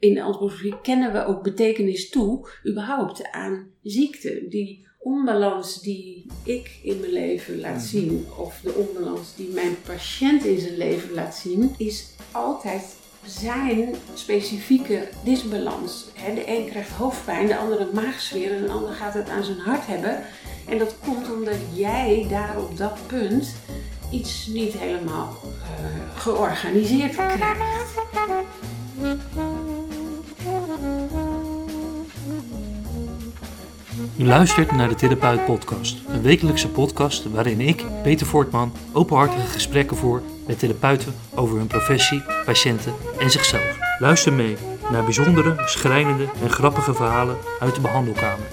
in de antroposofie kennen we ook betekenis toe, überhaupt, aan ziekte. Die onbalans die ik in mijn leven laat zien, of de onbalans die mijn patiënt in zijn leven laat zien, is altijd zijn specifieke disbalans. De een krijgt hoofdpijn, de andere maagzweer en de ander gaat het aan zijn hart hebben. En dat komt omdat jij daar op dat punt iets niet helemaal georganiseerd krijgt. U luistert naar de Therapeut Podcast, een wekelijkse podcast waarin ik, Peter Voortman, openhartige gesprekken voer met therapeuten over hun professie, patiënten en zichzelf. Luister mee naar bijzondere, schrijnende en grappige verhalen uit de behandelkamer.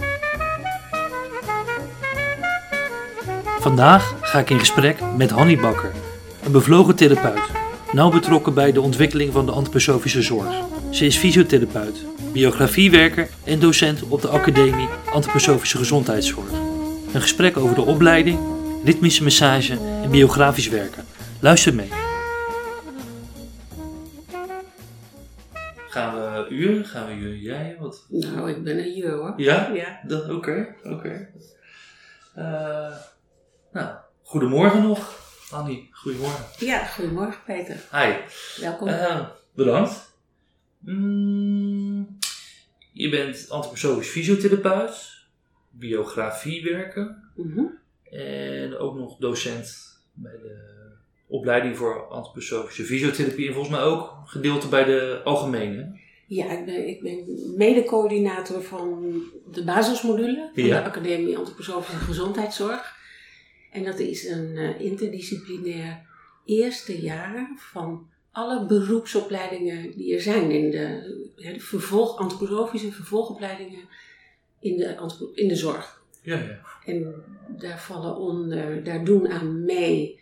Vandaag ga ik in gesprek met Hanny Bakker, een bevlogen therapeut, nauw betrokken bij de ontwikkeling van de antroposofische zorg. Ze is fysiotherapeut, biografiewerker en docent op de Academie Antroposofische Gezondheidszorg. Een gesprek over de opleiding, ritmische massage en biografisch werken. Luister mee. Gaan we uren? Gaan we uren? Jij? Wat? Nou, ik ben een je hoor. Ja? Ja. Oké. Nou, goedemorgen nog. Annie, goedemorgen. Ja, goedemorgen Peter. Hi. Welkom. Bedankt. Je bent antroposofisch fysiotherapeut, biografiewerker en ook nog docent bij de opleiding voor antroposofische fysiotherapie en volgens mij ook gedeelte bij de algemene. Ja, ik ben mede-coördinator van de basismodule van de Academie Antroposofische Gezondheidszorg. En dat is een interdisciplinair eerste jaar van alle beroepsopleidingen die er zijn in de antroposofische vervolgopleidingen in de zorg. Ja. En daar doen aan mee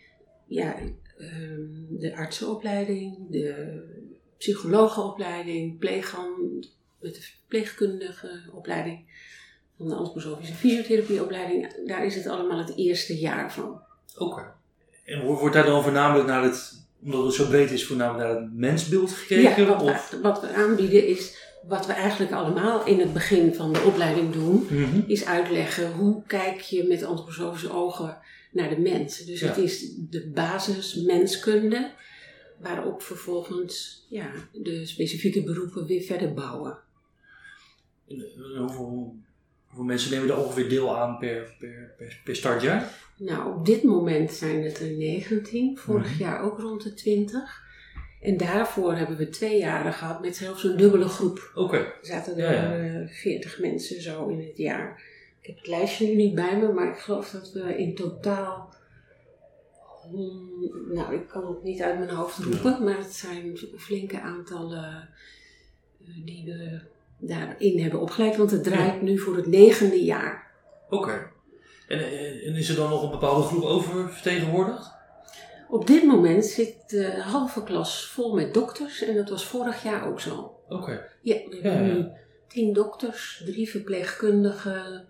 de artsenopleiding, de psychologenopleiding, met de verpleegkundige opleiding, van de antroposofische fysiotherapieopleiding. Daar is het allemaal het eerste jaar van. Oké. En wordt daar dan voornamelijk omdat het zo breed is, voornamelijk naar het mensbeeld gekeken? Ja, wat we aanbieden is, wat we eigenlijk allemaal in het begin van de opleiding doen, is uitleggen hoe kijk je met antroposofische ogen naar de mens. Dus het is de basis menskunde, waarop vervolgens de specifieke beroepen weer verder bouwen. Hoeveel mensen nemen er ongeveer deel aan per startjaar? Nou, op dit moment zijn het er 19, vorig jaar ook rond de 20. En daarvoor hebben we 2 jaren gehad met zelfs een dubbele groep. Oké. Er zaten er 40 mensen zo in het jaar. Ik heb het lijstje nu niet bij me, maar ik geloof dat we in totaal... ik kan het niet uit mijn hoofd roepen, maar het zijn flinke aantallen die we daarin hebben opgeleid. Want het draait nu voor het 9e jaar. Oké. En is er dan nog een bepaalde groep oververtegenwoordigd? Op dit moment zit de halve klas vol met dokters en dat was vorig jaar ook zo. Oké. Ja, we hebben nu 10 dokters, 3 verpleegkundigen,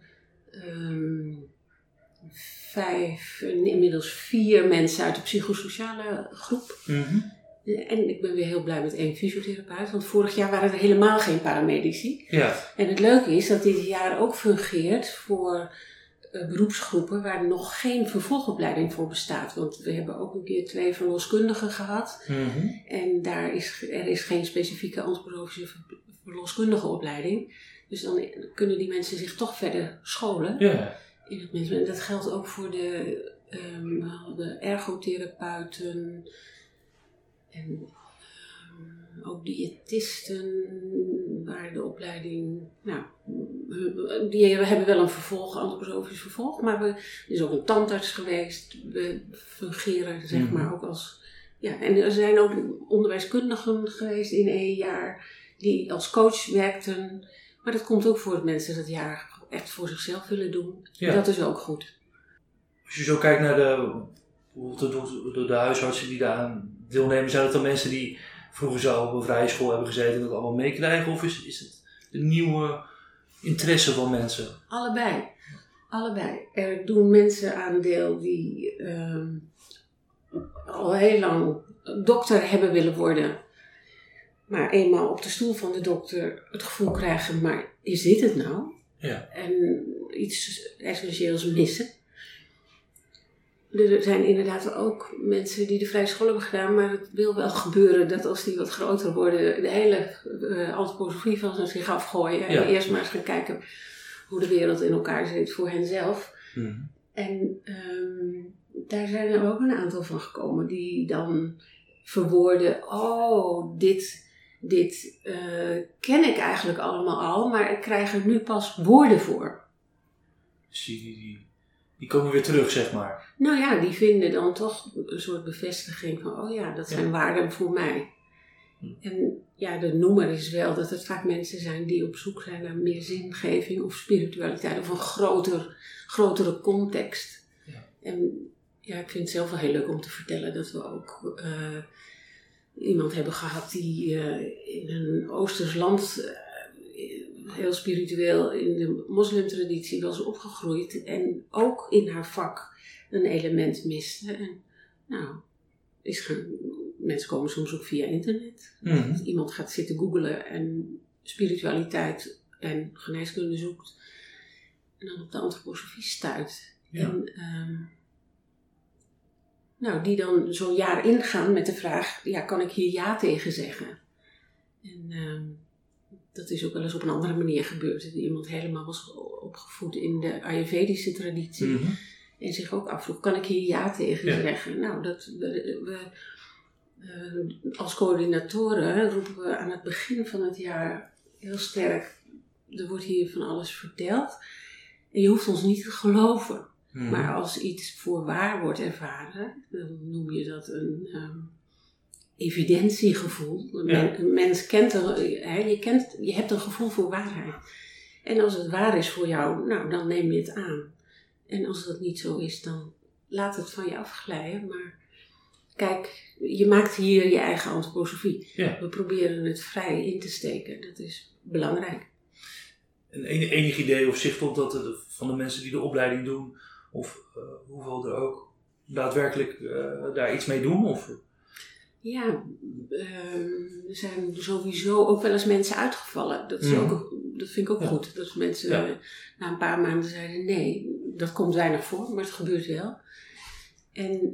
5, inmiddels 4 mensen uit de psychosociale groep. En ik ben weer heel blij met 1 fysiotherapeut, want vorig jaar waren er helemaal geen paramedici. Ja. En het leuke is dat dit jaar ook fungeert voor beroepsgroepen waar nog geen vervolgopleiding voor bestaat. Want we hebben ook een keer 2 verloskundigen gehad. En er is geen specifieke antroposofische verloskundige opleiding. Dus dan kunnen die mensen zich toch verder scholen. Ja. In het mensen. En dat geldt ook voor de ergotherapeuten en ook diëtisten, waar de opleiding, die hebben wel een antroposofisch vervolg, maar er is ook een tandarts geweest. We fungeren zeg maar ook als, en er zijn ook onderwijskundigen geweest in 1 jaar die als coach werkten. Maar dat komt ook voor dat mensen dat jaar echt voor zichzelf willen doen. Ja. Dat is ook goed. Als je zo kijkt naar de huisartsen die daaraan deelnemen, zijn het dan mensen die vroeger zo op een vrije school hebben gezeten en dat allemaal meekrijgen? Of is het een nieuwe interesse van mensen? Allebei. Er doen mensen aan deel die al heel lang dokter hebben willen worden. Maar eenmaal op de stoel van de dokter het gevoel krijgen, maar is dit het nou? Ja. En iets essentieels missen. Er zijn inderdaad ook mensen die de vrije school hebben gedaan, maar het wil wel gebeuren dat als die wat groter worden, de hele antroposofie van zich afgooien. En eerst maar eens gaan kijken hoe de wereld in elkaar zit voor henzelf. Mm. En daar zijn er ook een aantal van gekomen die dan verwoorden, dit ken ik eigenlijk allemaal al, maar ik krijg er nu pas woorden voor. Dus die komen weer terug, zeg maar. Nou ja, die vinden dan toch een soort bevestiging van, dat zijn waarden voor mij. En ja, de noemer is wel dat het vaak mensen zijn die op zoek zijn naar meer zingeving of spiritualiteit of een grotere context. Ja. En ja, ik vind het zelf wel heel leuk om te vertellen dat we ook iemand hebben gehad die in een Oosters land heel spiritueel in de moslimtraditie was opgegroeid en ook in haar vak een element miste. En nou, mensen komen soms ook via internet. Mm. Iemand gaat zitten googlen en spiritualiteit en geneeskunde zoekt en dan op de antroposofie stuit. Ja. En die dan zo'n jaar ingaan met de vraag, kan ik hier ja tegen zeggen? En dat is ook wel eens op een andere manier gebeurd. Dat iemand helemaal was opgevoed in de Ayurvedische traditie. Mm-hmm. En zich ook afvroeg, kan ik hier ja tegen zeggen? Nou, we als coördinatoren roepen we aan het begin van het jaar heel sterk, er wordt hier van alles verteld. En je hoeft ons niet te geloven. Mm. Maar als iets voor waar wordt ervaren, dan noem je dat een evidentiegevoel. Een mens kent je hebt een gevoel voor waarheid. En als het waar is voor jou, dan neem je het aan. En als dat niet zo is, dan laat het van je afglijden. Maar kijk, je maakt hier je eigen antroposofie. Ja. We proberen het vrij in te steken. Dat is belangrijk. En enig idee of zicht op dat van de mensen die de opleiding doen, of hoeveel er ook daadwerkelijk daar iets mee doen? Of? Ja, er zijn sowieso ook wel eens mensen uitgevallen. Dat vind ik ook goed. Dat mensen na een paar maanden zeiden, nee, dat komt weinig voor, maar het gebeurt wel. En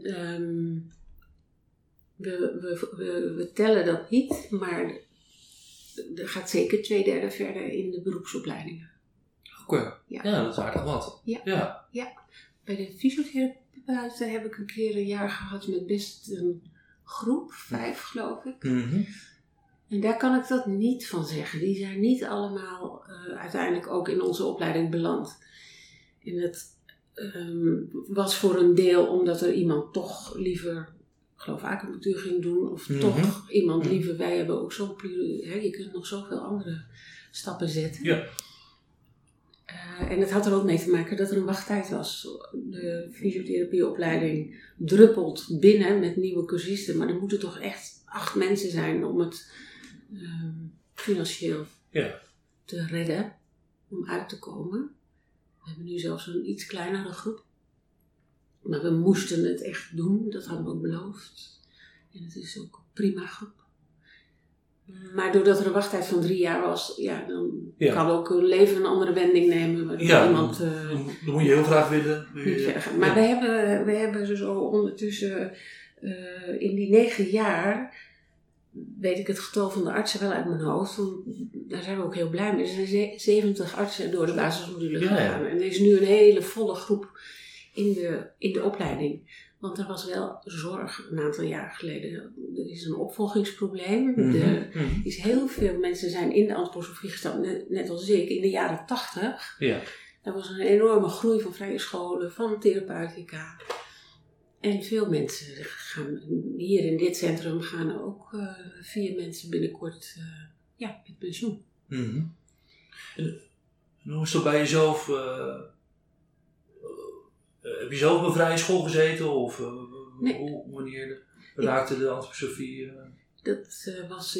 we tellen dat niet, maar er gaat zeker 2/3 verder in de beroepsopleidingen. Oké. Ja, dat is aardig wat. Ja. Bij de fysiotherapeuten heb ik een keer een jaar gehad met best een groep, 5 geloof ik. Mm-hmm. En daar kan ik dat niet van zeggen. Die zijn niet allemaal uiteindelijk ook in onze opleiding beland. En dat was voor een deel omdat er iemand toch liever, geloof acupunctuur ging doen. Of toch iemand liever, wij hebben ook zo je kunt nog zoveel andere stappen zetten. Ja. En het had er ook mee te maken dat er een wachttijd was. De fysiotherapieopleiding druppelt binnen met nieuwe cursisten. Maar er moeten toch echt 8 mensen zijn om het financieel te redden. Om uit te komen. We hebben nu zelfs een iets kleinere groep. Maar we moesten het echt doen. Dat hadden we ook beloofd. En het is ook een prima groep. Maar doordat er een wachttijd van 3 jaar was, dan kan ook een leven een andere wending nemen. Iemand, dan moet je heel graag willen. Maar we hebben zo ondertussen in die 9 jaar, weet ik het getal van de artsen wel uit mijn hoofd. Daar zijn we ook heel blij mee. Er zijn 70 artsen door de basismodule gegaan. En er is nu een hele volle groep in de opleiding. Want er was wel zorg een aantal jaar geleden. Er is een opvolgingsprobleem. Is heel veel mensen zijn in de antroposofie gestapt, net als ik, in de jaren 80. Ja. Er was een enorme groei van vrije scholen, van therapeutica. En veel mensen gaan hier in dit centrum gaan ook 4 mensen binnenkort met pensioen. Mm-hmm. En hoe is dat bij jezelf? Heb je zelf op een vrije school gezeten? Of nee. Wanneer raakte de antroposofie? Dat was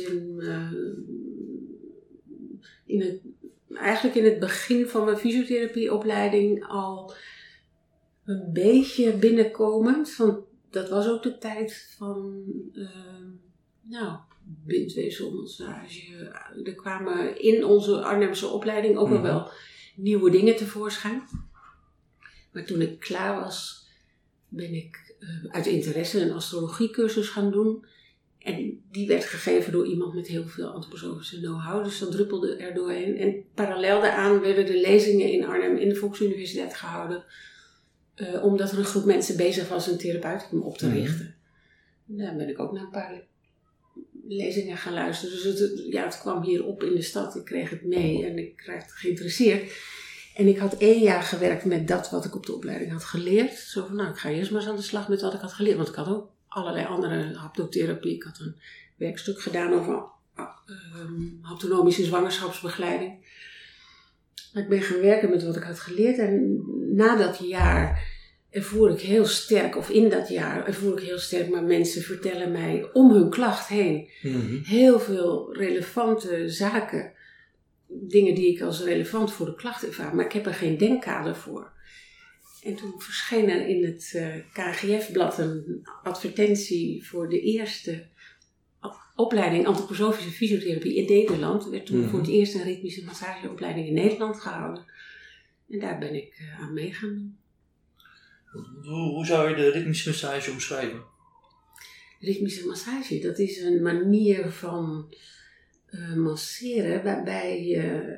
eigenlijk in het begin van mijn fysiotherapieopleiding al een beetje binnenkomend. Want dat was ook de tijd van bindweefselmassage. Er kwamen in onze Arnhemse opleiding ook wel nieuwe dingen tevoorschijn. Maar toen ik klaar was, ben ik uit interesse een astrologiecursus gaan doen. En die werd gegeven door iemand met heel veel antroposofische know-how. Dus dat druppelde er doorheen. En parallel daaraan werden de lezingen in Arnhem in de Volksuniversiteit gehouden. Omdat er een groep mensen bezig was een therapeuticum op te richten. Daar ben ik ook naar een paar lezingen gaan luisteren. Dus het kwam hier op in de stad. Ik kreeg het mee en ik raakte geïnteresseerd. En ik had 1 jaar gewerkt met dat wat ik op de opleiding had geleerd. Zo van, ik ga eerst maar eens aan de slag met wat ik had geleerd. Want ik had ook allerlei andere haptotherapie. Ik had een werkstuk gedaan over haptonomische zwangerschapsbegeleiding. Maar ik ben gaan werken met wat ik had geleerd. En na dat jaar ervoer ik heel sterk, maar mensen vertellen mij om hun klacht heen heel veel relevante zaken. Dingen die ik als relevant voor de klacht ervaar, maar ik heb er geen denkkader voor. En toen verscheen er in het KGF-blad een advertentie voor de eerste opleiding antroposofische fysiotherapie in Nederland. Er werd toen voor het eerst een ritmische massageopleiding in Nederland gehouden. En daar ben ik aan mee gaan doen. Hoe zou je de ritmische massage omschrijven? Ritmische massage, dat is een manier van masseren waarbij je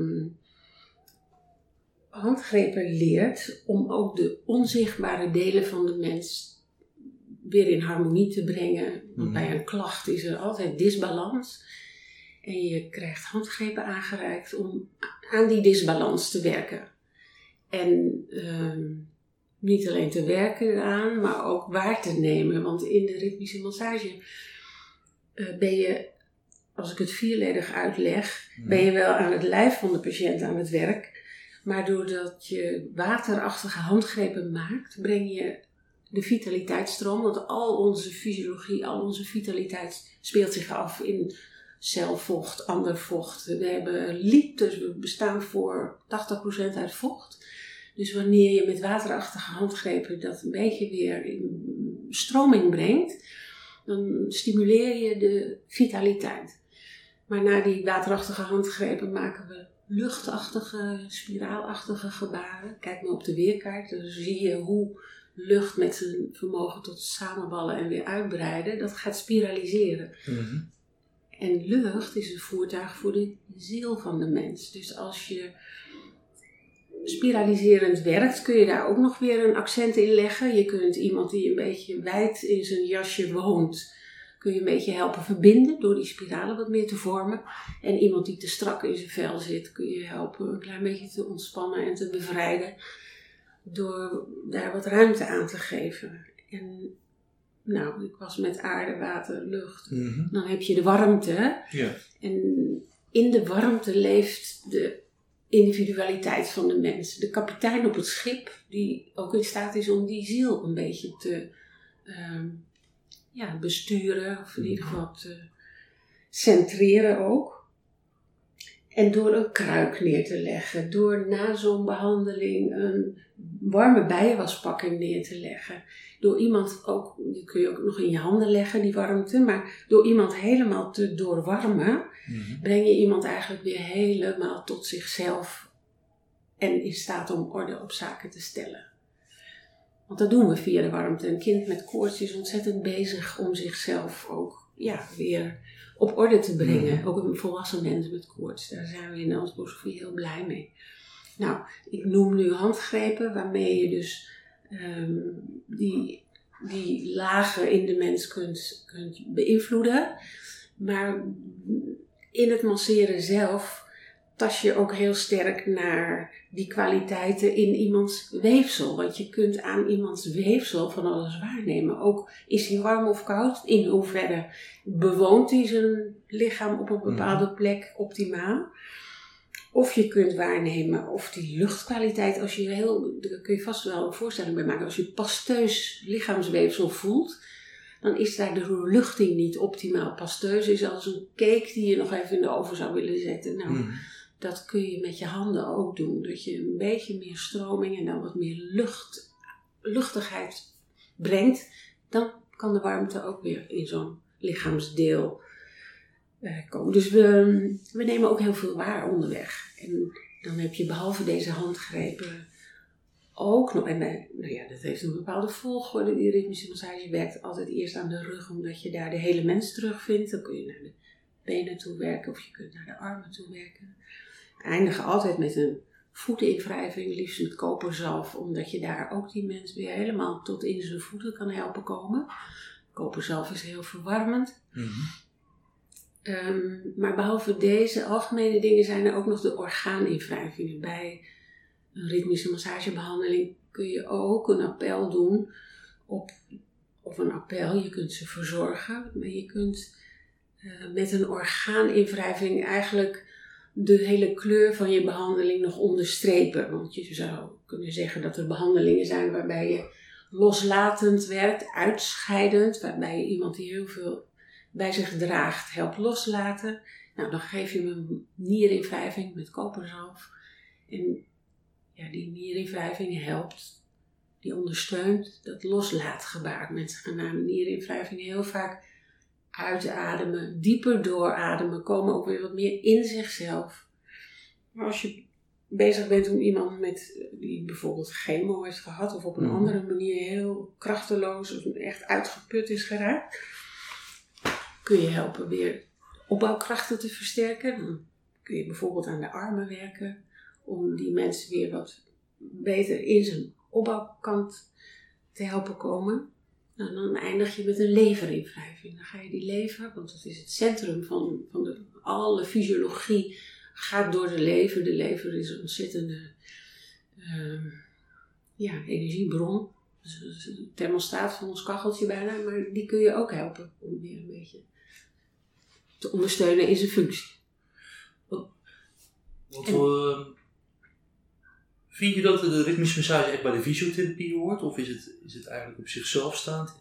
handgrepen leert om ook de onzichtbare delen van de mens weer in harmonie te brengen. Want bij een klacht is er altijd disbalans. En je krijgt handgrepen aangereikt om aan die disbalans te werken. En niet alleen te werken eraan, maar ook waar te nemen. Want in de ritmische massage ben je, als ik het vierledig uitleg, ben je wel aan het lijf van de patiënt aan het werk. Maar doordat je waterachtige handgrepen maakt, breng je de vitaliteitsstroom. Want al onze fysiologie, al onze vitaliteit speelt zich af in celvocht, ander vocht. We hebben liters, we bestaan voor 80% uit vocht. Dus wanneer je met waterachtige handgrepen dat een beetje weer in stroming brengt, dan stimuleer je de vitaliteit. Maar na die waterachtige handgrepen maken we luchtachtige, spiraalachtige gebaren. Kijk maar op de weerkaart, dan zie je hoe lucht met zijn vermogen tot samenballen en weer uitbreiden, dat gaat spiraliseren. En lucht is een voertuig voor de ziel van de mens. Dus als je spiraliserend werkt, kun je daar ook nog weer een accent in leggen. Je kunt iemand die een beetje wijd in zijn jasje woont, kun je een beetje helpen verbinden door die spiralen wat meer te vormen. En iemand die te strak in zijn vel zit, kun je helpen een klein beetje te ontspannen en te bevrijden door daar wat ruimte aan te geven. En ik was met aarde, water, lucht. Dan heb je de warmte. Ja. En in de warmte leeft de individualiteit van de mens. De kapitein op het schip, die ook in staat is om die ziel een beetje te besturen. Of in ieder geval te centreren ook. En door een kruik neer te leggen. Door na zo'n behandeling een warme bijenwaspakking neer te leggen. Door iemand ook, die kun je ook nog in je handen leggen, die warmte. Maar door iemand helemaal te doorwarmen, breng je iemand eigenlijk weer helemaal tot zichzelf. En in staat om orde op zaken te stellen. Want dat doen we via de warmte. Een kind met koorts is ontzettend bezig om zichzelf ook weer op orde te brengen. Ook een volwassen mens met koorts. Daar zijn we in de antroposofie heel blij mee. Nou, ik noem nu handgrepen waarmee je dus die lagen in de mens kunt beïnvloeden. Maar in het masseren zelf tast je ook heel sterk naar die kwaliteiten in iemands weefsel. Want je kunt aan iemands weefsel van alles waarnemen. Ook is hij warm of koud? In hoeverre bewoont hij zijn lichaam op een bepaalde plek optimaal? Of je kunt waarnemen of die luchtkwaliteit, daar kun je vast wel een voorstelling bij maken. Als je pasteus lichaamsweefsel voelt, dan is daar de doorluchting niet optimaal. Pasteus is als een cake die je nog even in de oven zou willen zetten. Dat kun je met je handen ook doen. Dat je een beetje meer stroming en dan wat meer luchtigheid brengt. Dan kan de warmte ook weer in zo'n lichaamsdeel komen. Dus we nemen ook heel veel waar onderweg. En dan heb je behalve deze handgrepen ook nog, en dat heeft een bepaalde volgorde. Die ritmische massage werkt altijd eerst aan de rug, omdat je daar de hele mens terugvindt. Dan kun je naar de benen toe werken of je kunt naar de armen toe werken. We eindigen altijd met een voeteninwrijving, liefst met koperzalf, omdat je daar ook die mens weer helemaal tot in zijn voeten kan helpen komen. Koperzalf is heel verwarmend. Maar behalve deze algemene dingen zijn er ook nog de orgaaninwrijvingen. Bij een ritmische massagebehandeling kun je ook een appel doen of een appel. Je kunt ze verzorgen, maar je kunt met een orgaaninwrijving eigenlijk de hele kleur van je behandeling nog onderstrepen. Want je zou kunnen zeggen dat er behandelingen zijn waarbij je loslatend werkt, uitscheidend, waarbij je iemand die heel veel bij zich draagt helpt loslaten. Nou, dan geef je hem een nierinwrijving met koperzalf. En ja, die nierinwrijving helpt, die ondersteunt dat loslaatgebaar. Mensen gaan na een nierinwrijving heel vaak uitademen, dieper doorademen, komen ook weer wat meer in zichzelf. Maar als je bezig bent om iemand die bijvoorbeeld chemo heeft gehad of op een andere manier heel krachteloos of echt uitgeput is geraakt, kun je helpen weer opbouwkrachten te versterken. Dan kun je bijvoorbeeld aan de armen werken om die mensen weer wat beter in zijn opbouwkant te helpen komen. Nou, dan eindig je met een leverinwrijving. Dan ga je die lever, want dat is het centrum van alle fysiologie, gaat door de lever. De lever is een ontzettende energiebron. Dus de thermostaat van ons kacheltje bijna, maar die kun je ook helpen om weer een beetje te ondersteunen in zijn functie. Vind je dat de ritmische massage echt bij de fysiotherapie hoort? Of is het eigenlijk op zichzelf staand?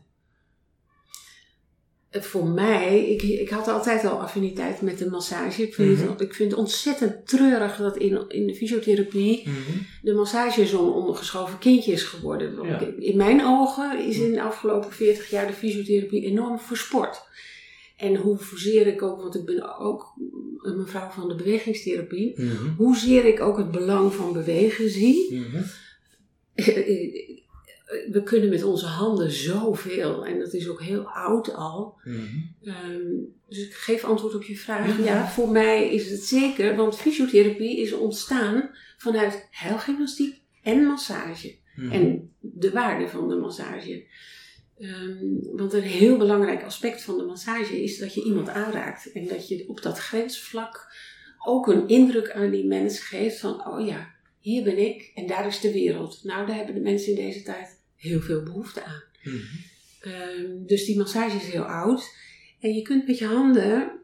Voor mij, ik had altijd al affiniteit met de massage. Ik vind het ontzettend treurig dat in de fysiotherapie de massage zo'n ondergeschoven kindje is geworden. Ja. In mijn ogen is in de afgelopen 40 jaar de fysiotherapie enorm versport. En hoezeer ik ook, want ik ben ook een mevrouw van de bewegingstherapie, hoezeer ik ook het belang van bewegen zie. We kunnen met onze handen zoveel en dat is ook heel oud al. Dus ik geef antwoord op je vraag. Ja, voor mij is het zeker, want fysiotherapie is ontstaan vanuit heilgymnastiek en massage. En de waarde van de massage. Want een heel belangrijk aspect van de massage is dat je iemand aanraakt. En dat je op dat grensvlak ook een indruk aan die mens geeft van, oh ja, hier ben ik en daar is de wereld. Nou, daar hebben de mensen in deze tijd heel veel behoefte aan. Dus die massage is heel oud. En je kunt met je handen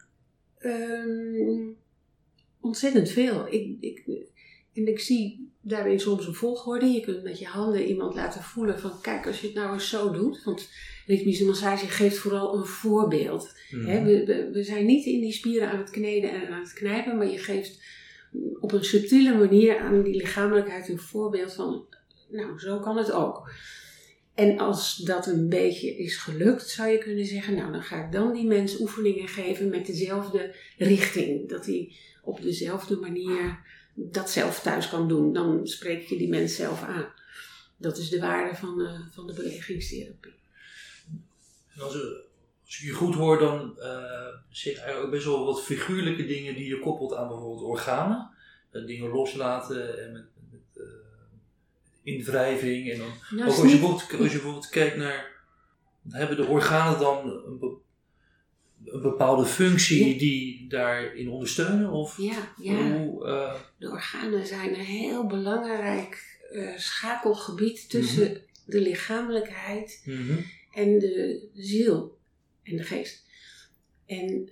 ontzettend veel. Ik zie daarin soms een volgorde. Je kunt met je handen iemand laten voelen van, kijk, als je het nou eens zo doet. Want ritmische massage geeft vooral een voorbeeld. We zijn niet in die spieren aan het kneden en aan het knijpen, maar je geeft op een subtiele manier aan die lichamelijkheid een voorbeeld van, nou, zo kan het ook. En als dat een beetje is gelukt, zou je kunnen zeggen, nou, dan ga ik dan die mens oefeningen geven met dezelfde richting. Dat hij op dezelfde manier dat zelf thuis kan doen. Dan spreek je die mens zelf aan. Dat is de waarde van de bewegingstherapie. En als ik je goed hoor, dan zeg je eigenlijk ook best wel wat figuurlijke dingen die je koppelt aan bijvoorbeeld organen. Dingen loslaten en met invrijving. En dan, nou, ook als je bijvoorbeeld kijkt naar, hebben de organen dan een bepaalde functie die daarin ondersteunen? Of ja. De organen zijn een heel belangrijk schakelgebied tussen de lichamelijkheid en de ziel en de geest. En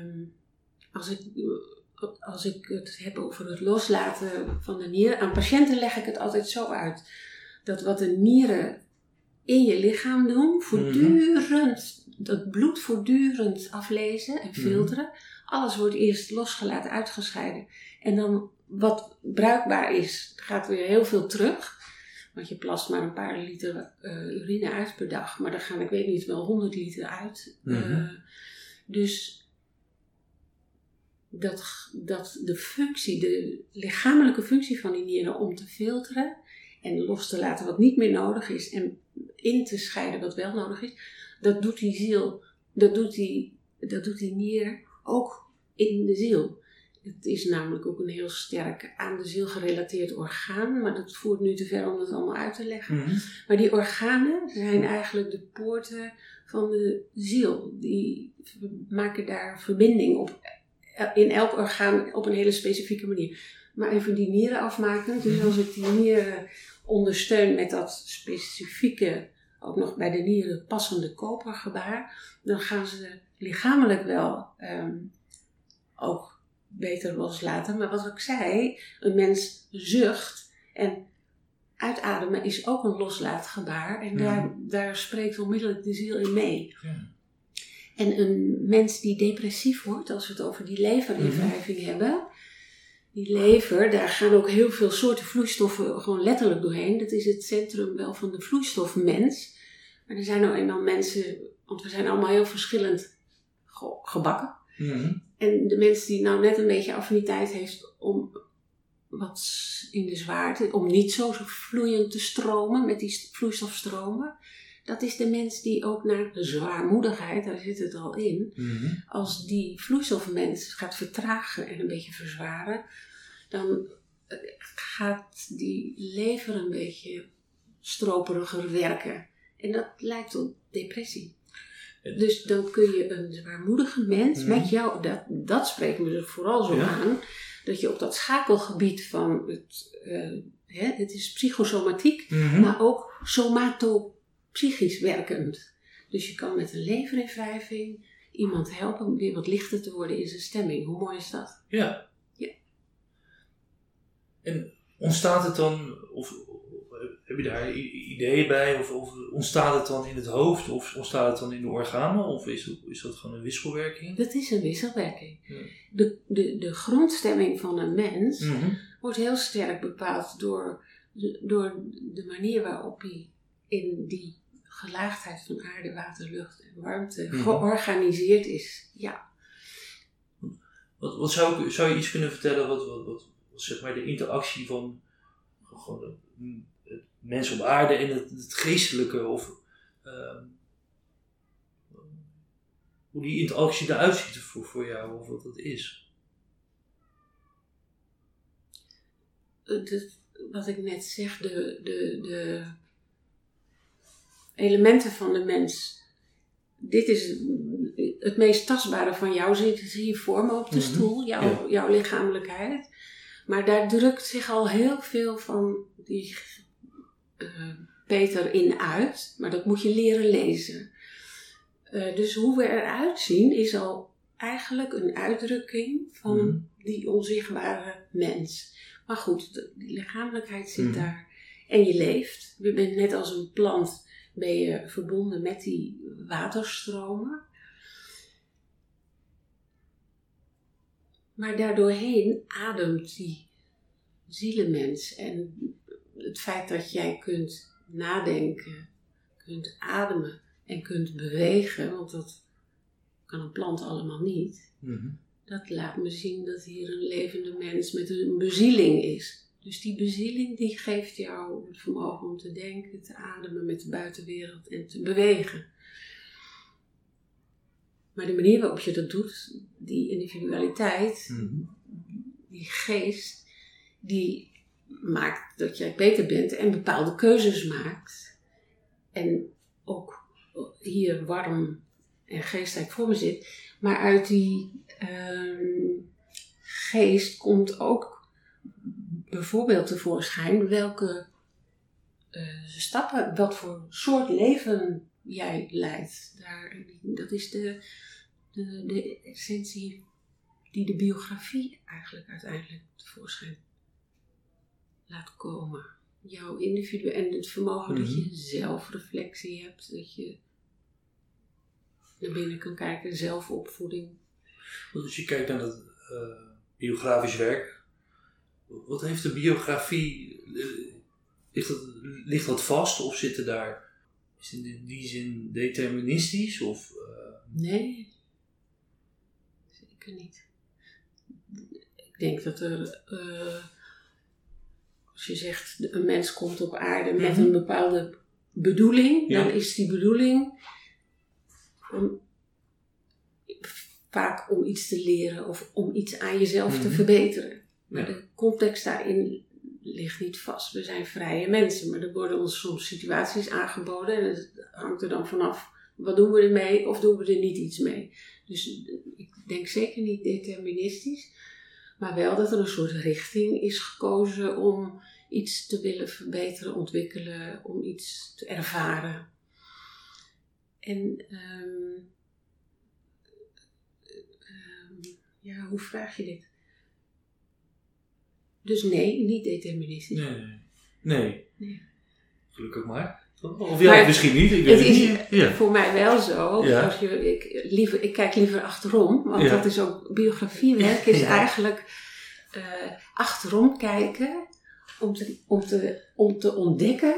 als ik het heb over het loslaten van de nieren, aan patiënten leg ik het altijd zo uit. Dat wat de nieren in je lichaam doen, voortdurend, dat bloed voortdurend aflezen en filteren. Alles wordt eerst losgelaten, uitgescheiden. En dan wat bruikbaar is, gaat weer heel veel terug. Want je plast maar een paar liter urine uit per dag. Maar dan gaan, ik weet niet, wel 100 liter uit. Dus dat de lichamelijke functie van die nieren om te filteren en los te laten wat niet meer nodig is en in te scheiden wat wel nodig is, dat doet die ziel, dat doet die nier ook in de ziel. Het is namelijk ook een heel sterk aan de ziel gerelateerd orgaan, maar dat voert nu te ver om dat allemaal uit te leggen. Mm-hmm. Maar die organen zijn eigenlijk de poorten van de ziel. Die maken daar verbinding op, in elk orgaan op een hele specifieke manier. Maar even die nieren afmaken, dus als ik die nieren ondersteun met dat specifieke, ook nog bij de nieren passende kopergebaar, dan gaan ze lichamelijk wel ook beter loslaten. Maar wat ik zei, een mens zucht en uitademen is ook een loslaatgebaar. En daar spreekt onmiddellijk de ziel in mee. Ja. En een mens die depressief wordt, als we het over die leverinwrijving hebben. Die lever, daar gaan ook heel veel soorten vloeistoffen gewoon letterlijk doorheen. Dat is het centrum wel van de vloeistofmens. Maar er zijn nou eenmaal mensen, want we zijn allemaal heel verschillend gebakken. Mm-hmm. En de mens die nou net een beetje affiniteit heeft om wat in de zwaarte, om niet zo vloeiend te stromen met die vloeistofstromen. Dat is de mens die ook naar de zwaarmoedigheid, daar zit het al in. Mm-hmm. Als die vloeistofmens gaat vertragen en een beetje verzwaren, dan gaat die lever een beetje stroperiger werken. En dat leidt tot depressie. Dus dan kun je een zwaarmoedige mens met jou, dat spreken we er vooral zo aan, dat je op dat schakelgebied van het is psychosomatiek, maar ook somatopsychisch werkend. Dus je kan met een leverinwrijving iemand helpen om weer wat lichter te worden in zijn stemming. Hoe mooi is dat? Ja. En ontstaat het dan, of heb je daar ideeën bij, of ontstaat het dan in het hoofd, of ontstaat het dan in de organen, of is dat gewoon een wisselwerking? Dat is een wisselwerking. Ja. De grondstemming van een mens wordt heel sterk bepaald door de manier waarop hij in die gelaagdheid van aarde, water, lucht en warmte georganiseerd is. Ja. Wat zou je iets kunnen vertellen, wat zeg maar de interactie van gewoon het mens op aarde en het geestelijke, of hoe die interactie eruit ziet voor jou, of wat dat is? Wat ik net zeg, de elementen van de mens. Dit is het meest tastbare van jou, zie je voor me op de stoel, jouw lichamelijkheid. Maar daar drukt zich al heel veel van die Peter in uit, maar dat moet je leren lezen. Dus hoe we eruit zien is al eigenlijk een uitdrukking van die onzichtbare mens. Maar goed, die lichamelijkheid zit daar. En je leeft. Je bent net als een plant, ben je verbonden met die waterstromen. Maar daardoorheen ademt die zielenmens. En het feit dat jij kunt nadenken, kunt ademen en kunt bewegen, want dat kan een plant allemaal niet. Dat laat me zien dat hier een levende mens met een bezieling is. Dus die bezieling die geeft jou het vermogen om te denken, te ademen met de buitenwereld en te bewegen. Maar de manier waarop je dat doet, die individualiteit, die geest, die maakt dat jij beter bent en bepaalde keuzes maakt. En ook hier warm en geestelijk voor me zit. Maar uit die geest komt ook bijvoorbeeld tevoorschijn welke stappen, wat voor soort leven jij leidt. Dat is de essentie die de biografie eigenlijk uiteindelijk tevoorschijn laat komen. Jouw individu en het vermogen dat je zelfreflectie hebt, dat je naar binnen kan kijken, zelfopvoeding. Als je kijkt naar dat biografisch werk, wat heeft de biografie, ligt dat vast of zitten daar, is het in die zin deterministisch? Of, Nee, zeker niet. Ik denk dat er, als je zegt een mens komt op aarde met een bepaalde bedoeling, dan is die bedoeling vaak om iets te leren of om iets aan jezelf te verbeteren. Maar de context daarin ligt niet vast. We zijn vrije mensen, maar er worden ons soms situaties aangeboden en het hangt er dan vanaf, wat doen we ermee of doen we er niet iets mee. Dus ik denk zeker niet deterministisch, maar wel dat er een soort richting is gekozen om iets te willen verbeteren, ontwikkelen, om iets te ervaren. En hoe vraag je dit? Dus nee, niet deterministisch. Nee. Gelukkig maar. Of ja, misschien niet. Ik weet het is niet. Ja. Voor mij wel zo. Ja. Als ik kijk liever achterom. Want dat is ook biografiewerk. Is eigenlijk achterom kijken. Om te ontdekken.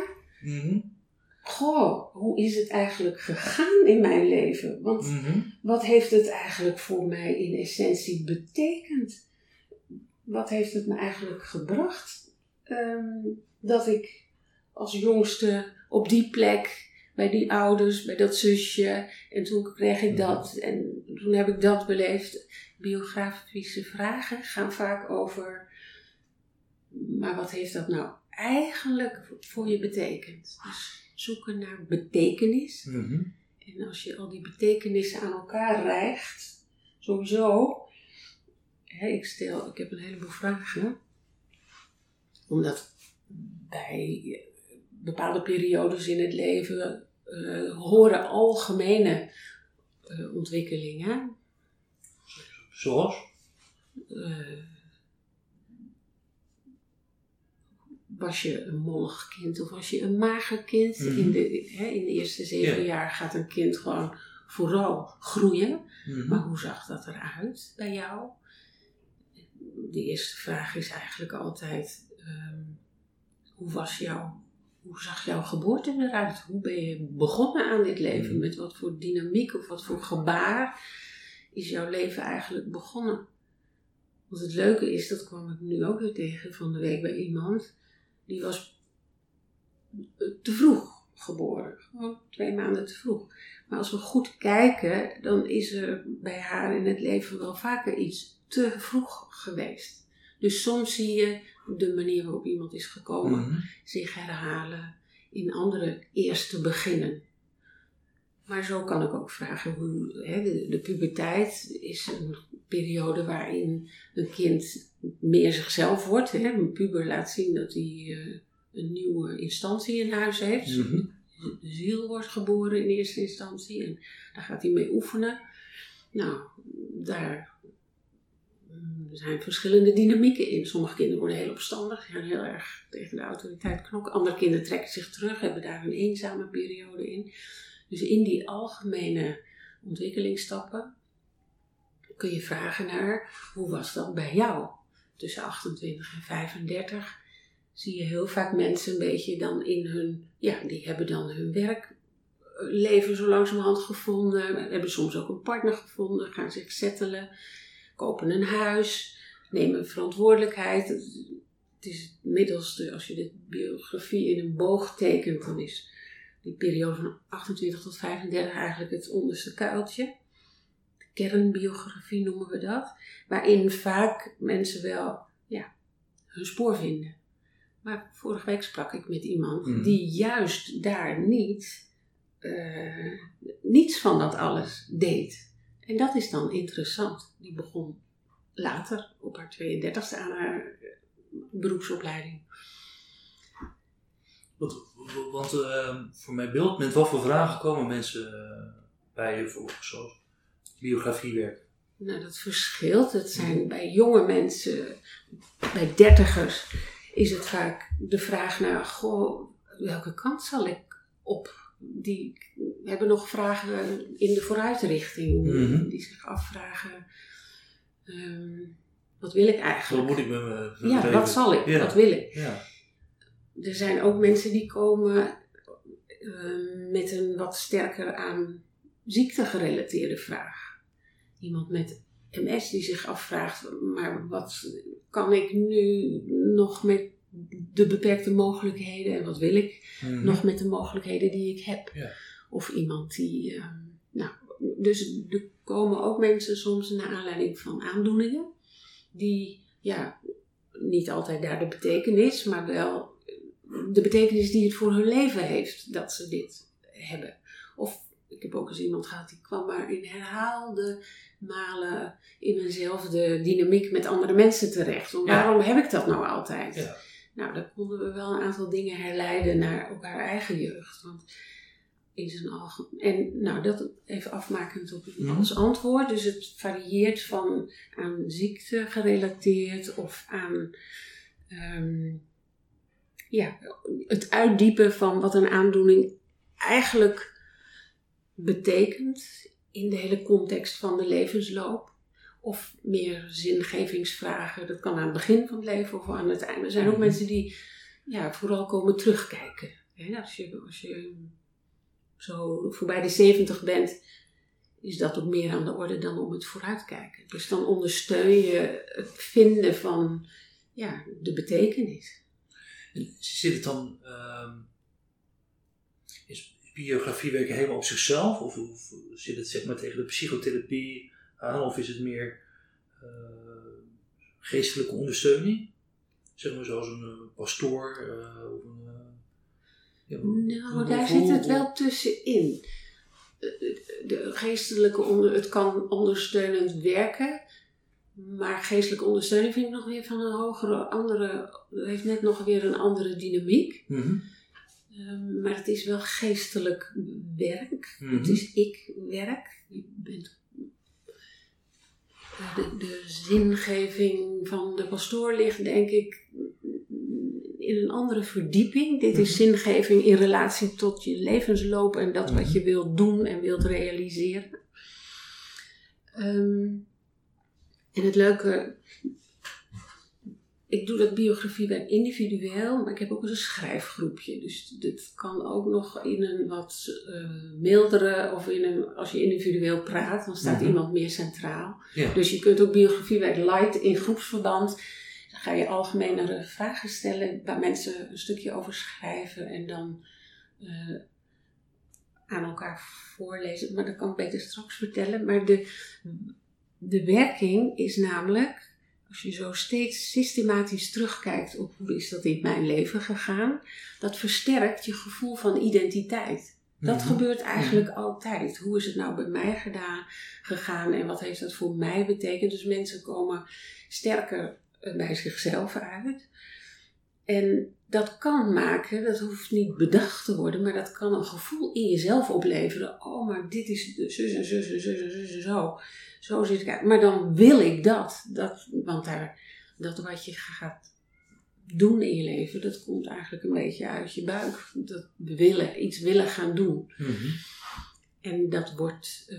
Goh, hoe is het eigenlijk gegaan in mijn leven? Want wat heeft het eigenlijk voor mij in essentie betekend? Wat heeft het me eigenlijk gebracht? Dat ik als jongste op die plek, bij die ouders, bij dat zusje. En toen kreeg ik dat. En toen heb ik dat beleefd. Biografische vragen gaan vaak over, maar wat heeft dat nou eigenlijk voor je betekend? Dus zoeken naar betekenis. En als je al die betekenissen aan elkaar rijgt, sowieso. Ik heb een heleboel vragen. Omdat bij bepaalde periodes in het leven horen algemene ontwikkelingen. Zoals? Was je een mollig kind of was je een mager kind? In de eerste 7 jaar gaat een kind gewoon vooral groeien. Maar hoe zag dat eruit bij jou? De eerste vraag is eigenlijk altijd, hoe zag jouw geboorte eruit? Hoe ben je begonnen aan dit leven? Met wat voor dynamiek of wat voor gebaar is jouw leven eigenlijk begonnen? Want het leuke is, dat kwam ik nu ook weer tegen van de week bij iemand, die was te vroeg geboren. Gewoon 2 maanden te vroeg. Maar als we goed kijken, dan is er bij haar in het leven wel vaker iets te vroeg geweest. Dus soms zie je de manier waarop iemand is gekomen zich herhalen in andere eerste beginnen. Maar zo kan ik ook vragen hoe de puberteit is een periode waarin een kind meer zichzelf wordt. Een puber laat zien dat hij een nieuwe instantie in huis heeft. De ziel wordt geboren in eerste instantie en daar gaat hij mee oefenen. Nou, daar zijn verschillende dynamieken in. Sommige kinderen worden heel opstandig, gaan heel erg tegen de autoriteit knokken. Andere kinderen trekken zich terug, hebben daar een eenzame periode in. Dus in die algemene ontwikkelingsstappen kun je vragen naar, hoe was dat bij jou? Tussen 28 en 35 zie je heel vaak mensen een beetje dan die hebben dan hun werkleven zo langzamerhand gevonden. Hebben soms ook een partner gevonden, gaan zich settelen. Kopen een huis, nemen verantwoordelijkheid. Het is het middelste, als je de biografie in een boog tekent, dan is die periode van 28 tot 35 eigenlijk het onderste kuiltje. De kernbiografie noemen we dat. Waarin vaak mensen wel hun spoor vinden. Maar vorige week sprak ik met iemand die juist daar niets van dat alles deed. En dat is dan interessant. Die begon later, op haar 32e, aan haar beroepsopleiding. Want voor mijn beeld, met wat voor vragen komen mensen bij je voor zo'n biografiewerk? Nou, dat verschilt. Het zijn bij jonge mensen, bij 30ers, is het vaak de vraag naar, welke kant zal ik op? Die hebben nog vragen in de vooruitrichting. Die zich afvragen, wat wil ik eigenlijk? Wat moet ik met me leven? Wat zal ik? Wat wil ik? Ja. Er zijn ook mensen die komen met een wat sterker aan ziekte gerelateerde vraag. Iemand met MS die zich afvraagt, maar wat kan ik nu nog met de beperkte mogelijkheden en wat wil ik nog met de mogelijkheden die ik heb? Ja. Of iemand die, dus er komen ook mensen soms naar aanleiding van aandoeningen die, niet altijd daar de betekenis, maar wel de betekenis die het voor hun leven heeft dat ze dit hebben. Of ik heb ook eens iemand gehad die kwam maar in herhaalde malen in eenzelfde dynamiek met andere mensen terecht. Waarom heb ik dat nou altijd? Ja. Nou, daar konden we wel een aantal dingen herleiden naar ook haar eigen jeugd. Want in zijn algemeen. En dat even afmakend op als antwoord. Dus het varieert van aan ziekte gerelateerd of aan het uitdiepen van wat een aandoening eigenlijk betekent in de hele context van de levensloop. Of meer zingevingsvragen. Dat kan aan het begin van het leven of aan het einde. Er zijn ook mensen die vooral komen terugkijken. Als je zo voorbij de 70 bent, is dat ook meer aan de orde dan om het vooruitkijken. Dus dan ondersteun je het vinden van de betekenis. En zit het dan, is biografiewerk helemaal op zichzelf? Of zit het zeg maar tegen de psychotherapie aan? Of is het meer geestelijke ondersteuning? Zeg maar zoals een pastoor of een... daar zit het wel tussenin. De geestelijke het kan ondersteunend werken, maar geestelijke ondersteuning vind ik nog weer van een andere, heeft net nog weer een andere dynamiek. Maar het is wel geestelijk werk. Het is ik-werk. Je bent de zingeving van de pastoor ligt denk ik in een andere verdieping. Dit is zingeving in relatie tot je levensloop en dat wat je wilt doen en wilt realiseren. En het leuke, ik doe dat biografiewerk individueel, maar ik heb ook eens een schrijfgroepje. Dus dit kan ook nog in een wat mildere, of als je individueel praat, dan staat iemand meer centraal. Ja. Dus je kunt ook biografiewerk light in groepsverband. Dan ga je algemenere vragen stellen waar mensen een stukje over schrijven en dan aan elkaar voorlezen. Maar dat kan ik beter straks vertellen. Maar de werking is namelijk, als je zo steeds systematisch terugkijkt op hoe is dat in mijn leven gegaan, dat versterkt je gevoel van identiteit. Dat gebeurt eigenlijk altijd. Hoe is het nou bij mij gegaan en wat heeft dat voor mij betekend? Dus mensen komen sterker bij zichzelf uit. En dat kan maken, dat hoeft niet bedacht te worden, maar dat kan een gevoel in jezelf opleveren. Oh, maar dit is de zus en zus en zus en zus en zo. Zo zit ik uit. Maar dan wil ik dat. Want dat wat je gaat doen in je leven, dat komt eigenlijk een beetje uit je buik. Dat iets willen gaan doen. En dat wordt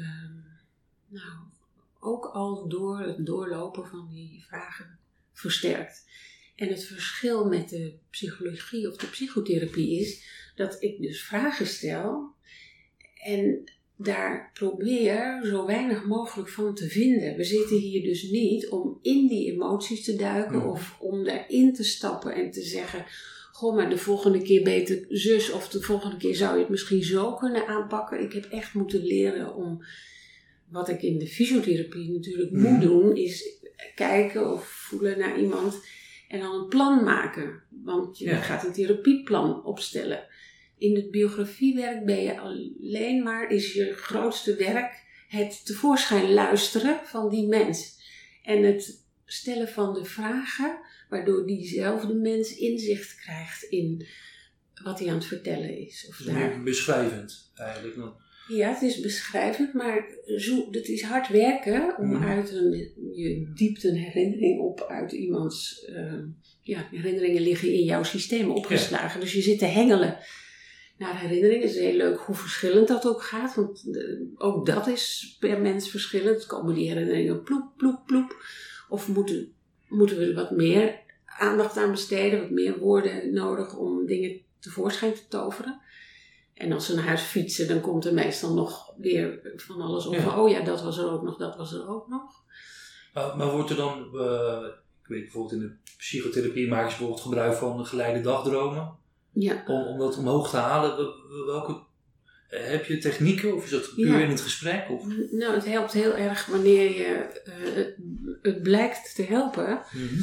ook al door het doorlopen van die vragen versterkt. En het verschil met de psychologie of de psychotherapie is dat ik dus vragen stel en daar probeer zo weinig mogelijk van te vinden. We zitten hier dus niet om in die emoties te duiken of om daarin te stappen en te zeggen, goh, maar de volgende keer beter zus of de volgende keer zou je het misschien zo kunnen aanpakken. Ik heb echt moeten leren om, wat ik in de fysiotherapie natuurlijk moet doen, is kijken of voelen naar iemand en dan een plan maken. Want je gaat een therapieplan opstellen. In het biografiewerk ben je alleen maar, is je grootste werk het tevoorschijn luisteren van die mens. En het stellen van de vragen, waardoor diezelfde mens inzicht krijgt in wat hij aan het vertellen is. Of dus meer beschrijvend eigenlijk dan. Ja, het is beschrijvend, maar het is hard werken om uit je diept een herinnering op uit iemands... herinneringen liggen in jouw systeem opgeslagen. Dus je zit te hengelen naar herinneringen. Het is heel leuk hoe verschillend dat ook gaat, want ook dat is per mens verschillend. Komen die herinneringen ploep, ploep, ploep? Of moeten we er wat meer aandacht aan besteden, wat meer woorden nodig om dingen tevoorschijn te toveren? En als ze naar huis fietsen, dan komt er meestal nog weer van alles op. Ja. Oh ja, dat was er ook nog, dat was er ook nog. Maar wordt er dan, ik weet bijvoorbeeld in de psychotherapie maken ze bijvoorbeeld gebruik van geleide dagdromen. Ja. Om dat omhoog te halen. Welke, heb je technieken of is dat puur in het gesprek? Of? Nou, het helpt heel erg wanneer je, het blijkt te helpen,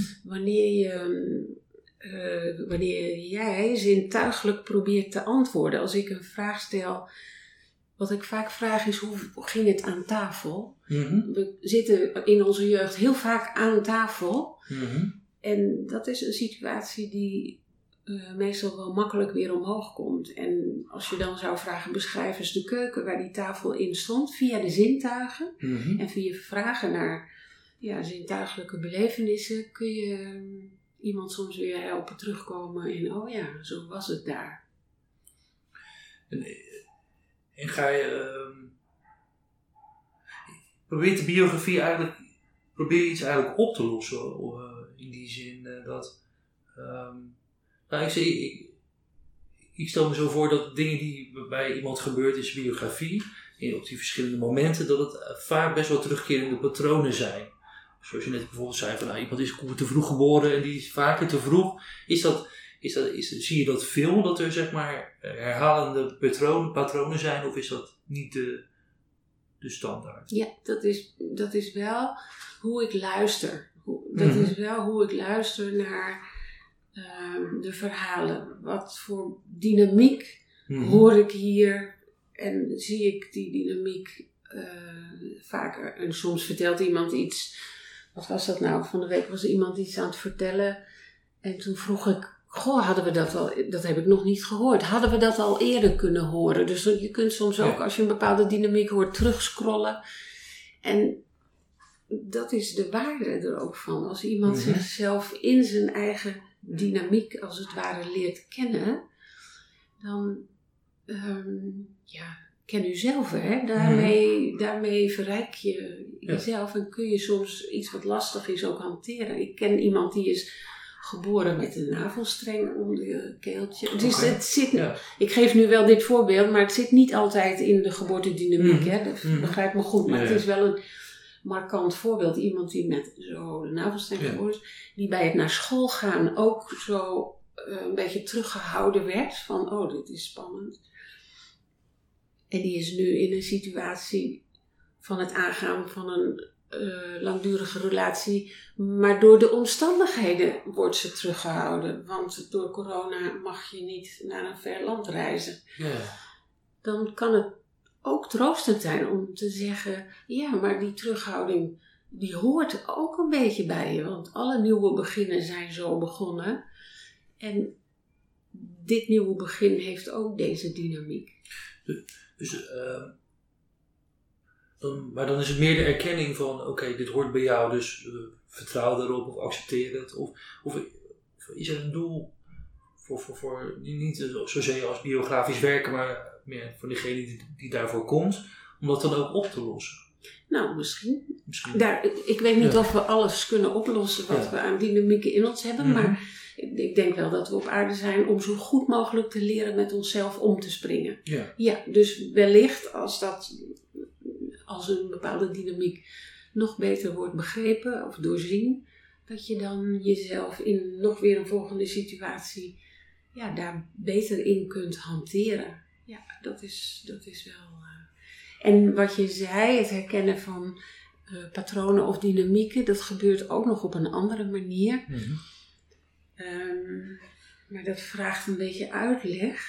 wanneer jij zintuigelijk probeert te antwoorden. Als ik een vraag stel, wat ik vaak vraag is, hoe ging het aan tafel? We zitten in onze jeugd heel vaak aan tafel. En dat is een situatie die meestal wel makkelijk weer omhoog komt. En als je dan zou vragen, beschrijf eens de keuken waar die tafel in stond, via de zintuigen. En via vragen naar zintuigelijke belevenissen kun je iemand soms weer helpen terugkomen in, oh ja, zo was het daar. En ga je... probeert de biografie eigenlijk... Probeer je iets eigenlijk op te lossen? In die zin dat... ik stel me zo voor dat dingen die bij iemand gebeurt in zijn biografie... op die verschillende momenten... dat het vaak best wel terugkerende patronen zijn. Zoals je net bijvoorbeeld zei van... iemand is te vroeg geboren en die is vaker te vroeg. Zie je dat veel? Dat er zeg maar herhalende patronen zijn? Of is dat niet de standaard? Ja, dat is wel hoe ik luister. Dat is wel hoe ik luister naar de verhalen. Wat voor dynamiek hoor ik hier en zie ik die dynamiek vaker. En soms vertelt iemand iets. Wat was dat nou? Van de week was iemand iets aan het vertellen. En toen vroeg ik, hadden we dat al? Dat heb ik nog niet gehoord. Hadden we dat al eerder kunnen horen? Dus je kunt soms ook, als je een bepaalde dynamiek hoort, terugscrollen. En dat is de waarde er ook van. Als iemand zichzelf in zijn eigen dynamiek, als het ware, leert kennen, dan ken u zelf. Hè? Daarmee verrijk je jezelf en kun je soms iets wat lastig is ook hanteren. Ik ken iemand die is geboren met een navelstreng om de keeltje. Dus het zit, ik geef nu wel dit voorbeeld, maar het zit niet altijd in de geboortedynamiek. Hè? Dat begrijp me goed, maar het is wel een markant voorbeeld. Iemand die met zo de navelstreng geboren is, die bij het naar school gaan ook zo een beetje teruggehouden werd van, dit is spannend. En die is nu in een situatie van het aangaan van een langdurige relatie, maar door de omstandigheden wordt ze teruggehouden. Want door corona mag je niet naar een ver land reizen. Dan kan het ook troostend zijn om te zeggen, ja, maar die terughouding, die hoort ook een beetje bij je. Want alle nieuwe beginnen zijn zo begonnen. En dit nieuwe begin heeft ook deze dynamiek. Maar dan is het meer de erkenning van, oké, dit hoort bij jou, dus vertrouw daarop of accepteer het. Of is er een doel voor niet zozeer als biografisch werken, maar meer voor degene die daarvoor komt, om dat dan ook op te lossen? Nou, misschien. Ik weet niet of we alles kunnen oplossen wat we aan dynamieken in ons hebben, maar ik denk wel dat we op aarde zijn om zo goed mogelijk te leren met onszelf om te springen. Ja, dus wellicht als een bepaalde dynamiek nog beter wordt begrepen of doorzien, dat je dan jezelf in nog weer een volgende situatie daar beter in kunt hanteren. Ja, dat is wel... En wat je zei, het herkennen van patronen of dynamieken, dat gebeurt ook nog op een andere manier. Maar dat vraagt een beetje uitleg.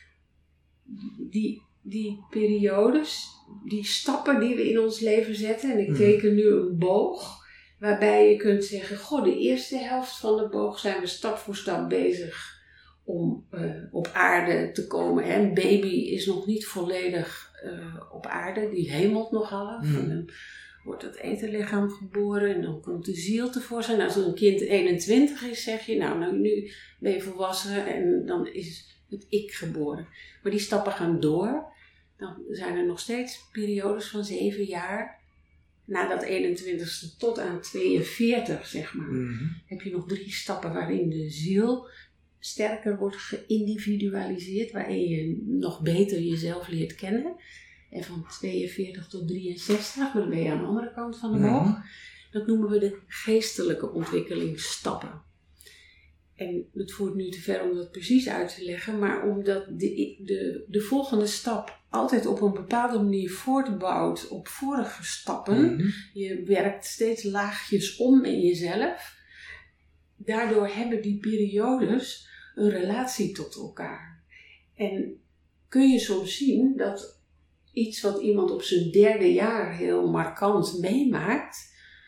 Die periodes, die stappen die we in ons leven zetten, en ik teken nu een boog, waarbij je kunt zeggen, de eerste helft van de boog zijn we stap voor stap bezig om op aarde te komen. Hè? Een baby is nog niet volledig op aarde, die hemelt nog half. En dan wordt dat etherlichaam geboren en dan komt de ziel tevoorschijn. Als een kind 21 is, zeg je, nou nu ben je volwassen en dan is het ik geboren. Maar die stappen gaan door. Dan zijn er nog steeds periodes van 7 jaar. Na dat 21ste tot aan 42, zeg maar. Heb je nog 3 stappen waarin de ziel sterker wordt geïndividualiseerd. Waarin je nog beter jezelf leert kennen. En van 42 tot 63, maar dan ben je aan de andere kant van de boog. Dat noemen we de geestelijke ontwikkelingsstappen. En het voert nu te ver om dat precies uit te leggen, maar omdat de volgende stap altijd op een bepaalde manier voortbouwt op vorige stappen. Mm-hmm. Je werkt steeds laagjes om in jezelf. Daardoor hebben die periodes een relatie tot elkaar. En kun je soms zien dat iets wat iemand op zijn 3e jaar heel markant meemaakt,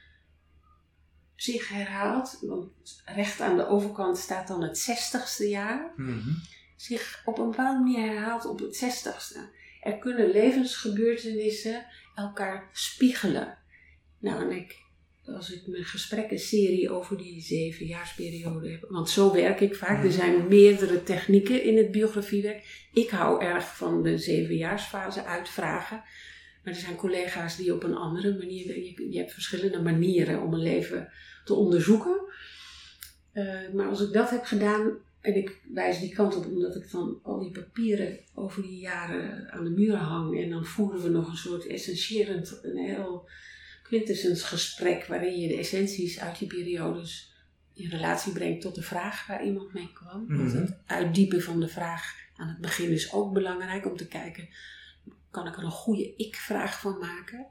zich herhaalt, want recht aan de overkant staat dan het 60ste jaar, zich op een bepaalde manier herhaalt op het 60ste. Er kunnen levensgebeurtenissen elkaar spiegelen. Nou, en als ik mijn gesprekkenserie over die 7-jaarsperiode heb, want zo werk ik vaak, er zijn meerdere technieken in het biografiewerk. Ik hou erg van de 7-jaarsfase uitvragen. Maar er zijn collega's die op een andere manier, je hebt verschillende manieren om een leven te onderzoeken. Maar als ik dat heb gedaan, en ik wijs die kant op omdat ik dan al die papieren over die jaren aan de muur hang. En dan voeren we nog een soort essentiërend, een heel quintessens gesprek waarin je de essenties uit die periodes in relatie brengt tot de vraag waar iemand mee kwam. Want het uitdiepen van de vraag aan het begin is ook belangrijk om te kijken, kan ik er een goede ik-vraag van maken?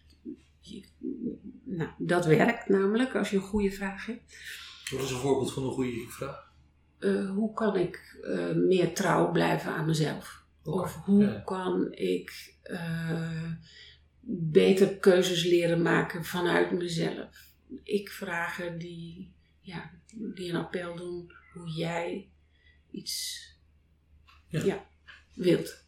Nou, dat werkt namelijk als je een goede vraag hebt. Wat is een voorbeeld van een goede ik-vraag? Hoe kan ik meer trouw blijven aan mezelf? Okay. Of hoe kan ik beter keuzes leren maken vanuit mezelf? Ik-vragen die een appel doen hoe jij iets wilt.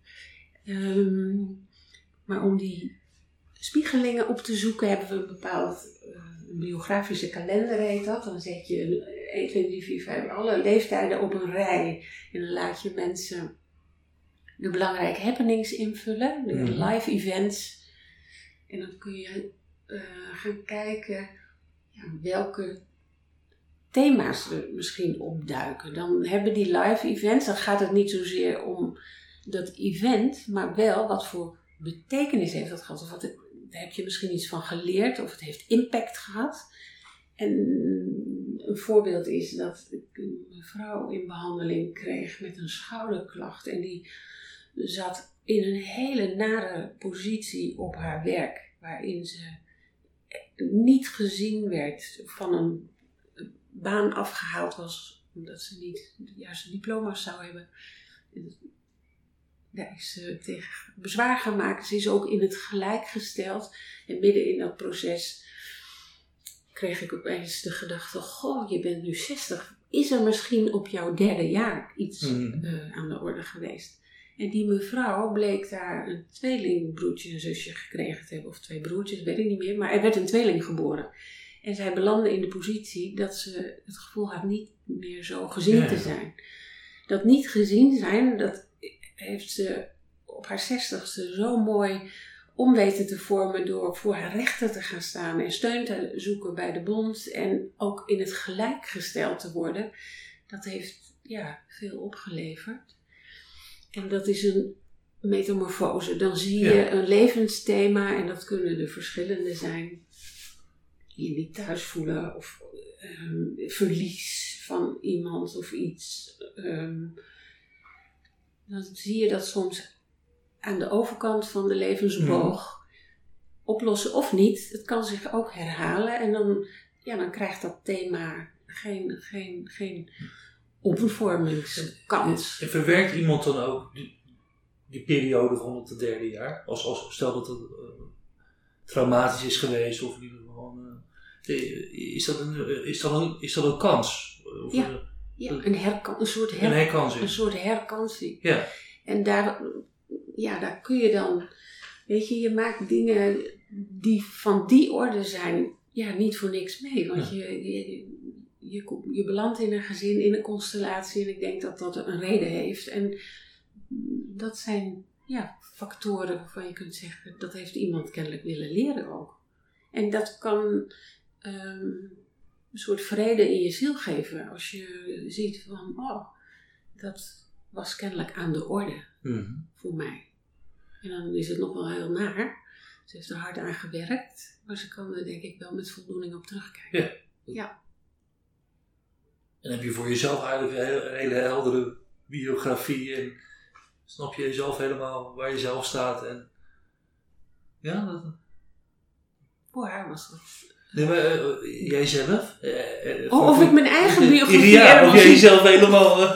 Maar om die spiegelingen op te zoeken hebben we een bepaald een biografische kalender heet dat. Dan zet je 1, 2, 3, 4, 5 alle leeftijden op een rij. En dan laat je mensen de belangrijke happenings invullen, de live events. En dan kun je gaan kijken welke thema's er misschien opduiken. Dan hebben die live events, dan gaat het niet zozeer om dat event, maar wel wat voor betekenis heeft dat gehad. Of daar heb je misschien iets van geleerd, of het heeft impact gehad. En een voorbeeld is dat ik een vrouw in behandeling kreeg met een schouderklacht. En die zat in een hele nare positie op haar werk, waarin ze niet gezien werd, van een baan afgehaald was, omdat ze niet de juiste diploma's zou hebben. Daar is ze tegen bezwaar gemaakt. Ze is ook in het gelijk gesteld. En midden in dat proces kreeg ik opeens de gedachte, goh, je bent nu 60. Is er misschien op jouw 3e jaar iets aan de orde geweest? En die mevrouw bleek daar een tweelingbroertje en zusje gekregen te hebben. Of 2 broertjes, weet ik niet meer. Maar er werd een tweeling geboren. En zij belandde in de positie dat ze het gevoel had niet meer zo gezien te zijn. Dat niet gezien zijn, dat heeft ze op haar 60ste zo mooi om weten te vormen door voor haar rechten te gaan staan en steun te zoeken bij de bond en ook in het gelijk gesteld te worden. Dat heeft veel opgeleverd. En dat is een metamorfose. Dan zie je een levensthema en dat kunnen er verschillende zijn. Je niet thuis voelen of verlies van iemand of iets. Dan zie je dat soms aan de overkant van de levensboog oplossen of niet. Het kan zich ook herhalen en dan krijgt dat thema geen omvormingskans. En verwerkt iemand dan ook die periode van het 3e jaar? Als stel dat het traumatisch is geweest of in ieder geval is dat een kans? Of een soort herkansing. Ja. En daar kun je dan, weet je maakt dingen die van die orde zijn, niet voor niks mee. Want je belandt in een gezin, in een constellatie en ik denk dat dat een reden heeft. En dat zijn factoren waarvan je kunt zeggen, dat heeft iemand kennelijk willen leren ook. En dat kan een soort vrede in je ziel geven als je ziet van, dat was kennelijk aan de orde voor mij. En dan is het nog wel heel naar. Ze heeft er hard aan gewerkt, maar ze kan er denk ik wel met voldoening op terugkijken. Ja. En heb je voor jezelf eigenlijk een hele heldere biografie en snap je jezelf helemaal waar je zelf staat en Voor haar was dat. Nee, maar jijzelf? Of ik mijn eigen biografie of jij jezelf helemaal...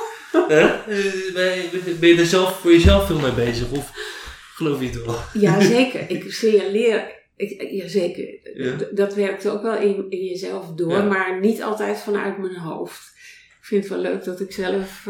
ben je er zelf voor jezelf veel mee bezig? Of geloof je het wel? Ja, zeker. Ik signaleer... Jazeker. Ja. Dat werkt ook wel in jezelf door, maar niet altijd vanuit mijn hoofd. Ik vind het wel leuk dat ik zelf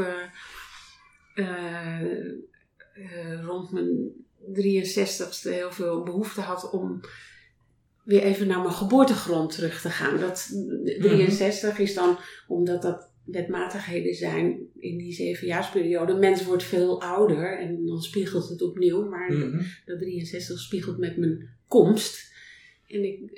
rond mijn 63ste heel veel behoefte had om weer even naar mijn geboortegrond terug te gaan. Dat 63 is dan, omdat dat wetmatigheden zijn in die 7-jaarsperiode. Een mens wordt veel ouder en dan spiegelt het opnieuw. Maar dat 63 spiegelt met mijn komst. En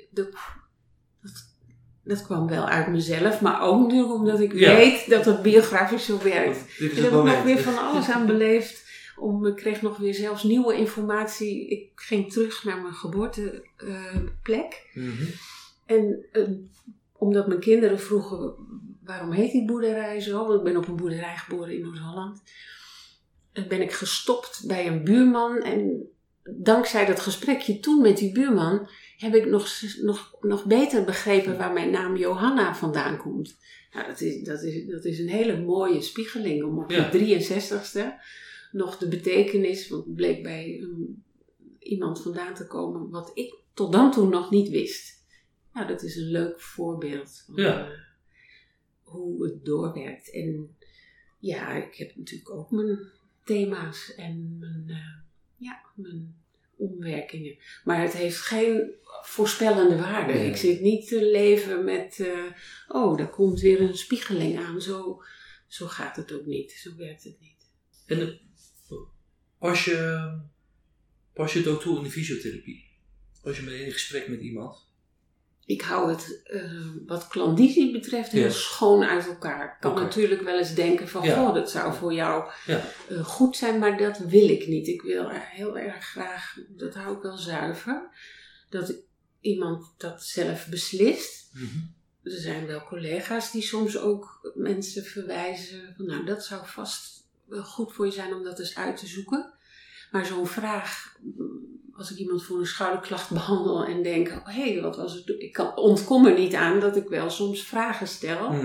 dat kwam wel uit mezelf, maar ook natuurlijk omdat ik weet dat het biografisch zo werkt. Ik heb nog weer van alles aan beleefd. Ik kreeg nog weer zelfs nieuwe informatie. Ik ging terug naar mijn geboorteplek. En omdat mijn kinderen vroegen, waarom heet die boerderij zo? Want ik ben op een boerderij geboren in Noord-Holland. En ben ik gestopt bij een buurman. En dankzij dat gesprekje toen met die buurman heb ik nog beter begrepen waar mijn naam Johanna vandaan komt. Nou, dat is een hele mooie spiegeling om op je 63ste nog de betekenis, want het bleek bij iemand vandaan te komen wat ik tot dan toe nog niet wist. Nou, dat is een leuk voorbeeld van hoe het doorwerkt. En ja, ik heb natuurlijk ook mijn thema's en mijn omwerkingen. Maar het heeft geen voorspellende waarde. Ik zit niet te leven met, daar komt weer een spiegeling aan. Zo gaat het ook niet. Zo werkt het niet. En pas je het ook toe in de fysiotherapie? Als je in gesprek met iemand? Ik hou het, wat klandizie betreft, heel schoon uit elkaar. Ik kan natuurlijk wel eens denken van, dat zou voor jou goed zijn, maar dat wil ik niet. Ik wil heel erg graag, dat hou ik wel zuiver, dat iemand dat zelf beslist. Er zijn wel collega's die soms ook mensen verwijzen van, nou, dat zou vast wel goed voor je zijn om dat eens uit te zoeken. Maar zo'n vraag, als ik iemand voor een schouderklacht behandel en denk, wat was het? Ik ontkom er niet aan dat ik wel soms vragen stel.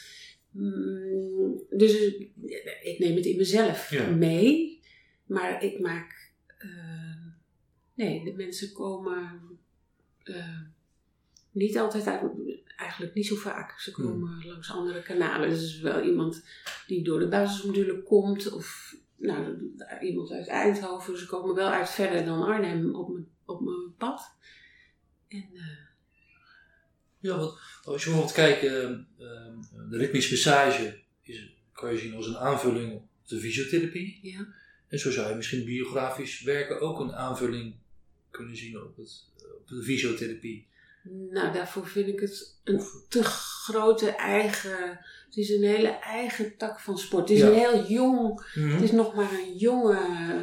Dus ik neem het in mezelf mee. Maar ik maak... de mensen komen niet altijd uit... Eigenlijk niet zo vaak. Ze komen langs andere kanalen. Dus het is wel iemand die door de basismodule komt of... Nou, iemand uit Eindhoven, ze komen wel uit verder dan Arnhem op mijn pad. En, want als je bijvoorbeeld kijkt, de ritmische massage kan je zien als een aanvulling op de fysiotherapie. Ja. En zo zou je misschien biografisch werken ook een aanvulling kunnen zien op de fysiotherapie. Nou, daarvoor vind ik het een te grote eigen... Het is een hele eigen tak van sport. Het is een heel jong... Het is nog maar een jonge...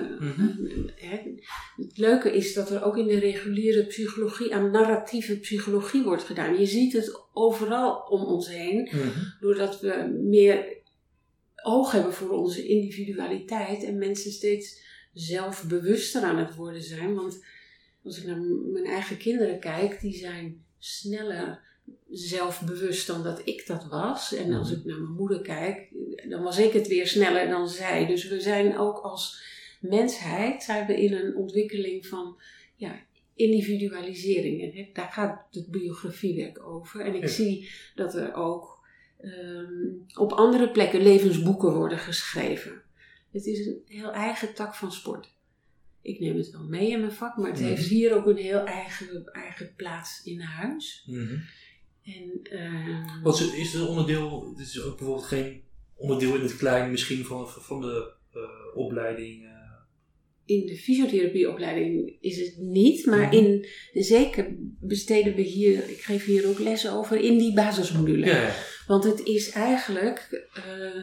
Het leuke is dat er ook in de reguliere psychologie aan narratieve psychologie wordt gedaan. Je ziet het overal om ons heen. Doordat we meer oog hebben voor onze individualiteit. En mensen steeds zelfbewuster aan het worden zijn. Want als ik naar mijn eigen kinderen kijk, die zijn sneller zelfbewust dan dat ik dat was. En als ik naar mijn moeder kijk, dan was ik het weer sneller dan zij. Dus we zijn ook als mensheid zijn we in een ontwikkeling van individualisering. En daar gaat het biografiewerk over. En ik zie dat er ook op andere plekken levensboeken worden geschreven. Het is een heel eigen tak van sport. Ik neem het wel mee in mijn vak, maar het heeft hier ook een heel eigen plaats in huis. En, wat is het onderdeel, dit is ook bijvoorbeeld geen onderdeel in het klein misschien van de opleiding? In de fysiotherapieopleiding is het niet, maar zeker besteden we hier, ik geef hier ook lessen over, in die basismodule. Want het is eigenlijk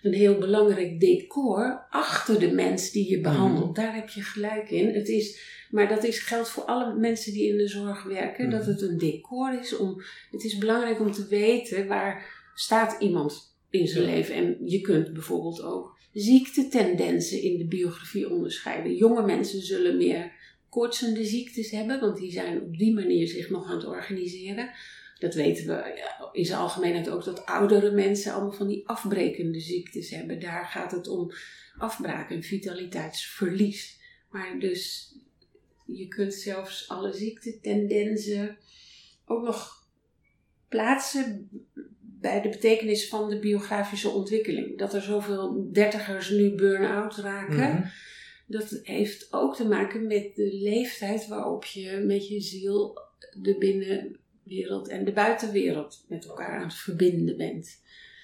een heel belangrijk decor achter de mens die je behandelt. Daar heb je gelijk in. Maar dat geldt voor alle mensen die in de zorg werken, dat het een decor is. Het is belangrijk om te weten waar staat iemand in zijn leven. En je kunt bijvoorbeeld ook ziektetendensen in de biografie onderscheiden. Jonge mensen zullen meer koortsende ziektes hebben, want die zijn op die manier zich nog aan het organiseren. Dat weten we in zijn algemeenheid ook, dat oudere mensen allemaal van die afbrekende ziektes hebben. Daar gaat het om afbraak en vitaliteitsverlies. Maar dus je kunt zelfs alle ziektetendensen ook nog plaatsen bij de betekenis van de biografische ontwikkeling. Dat er zoveel dertigers nu burn-out raken, dat heeft ook te maken met de leeftijd waarop je met je ziel de binnenwereld en de buitenwereld met elkaar aan het verbinden bent.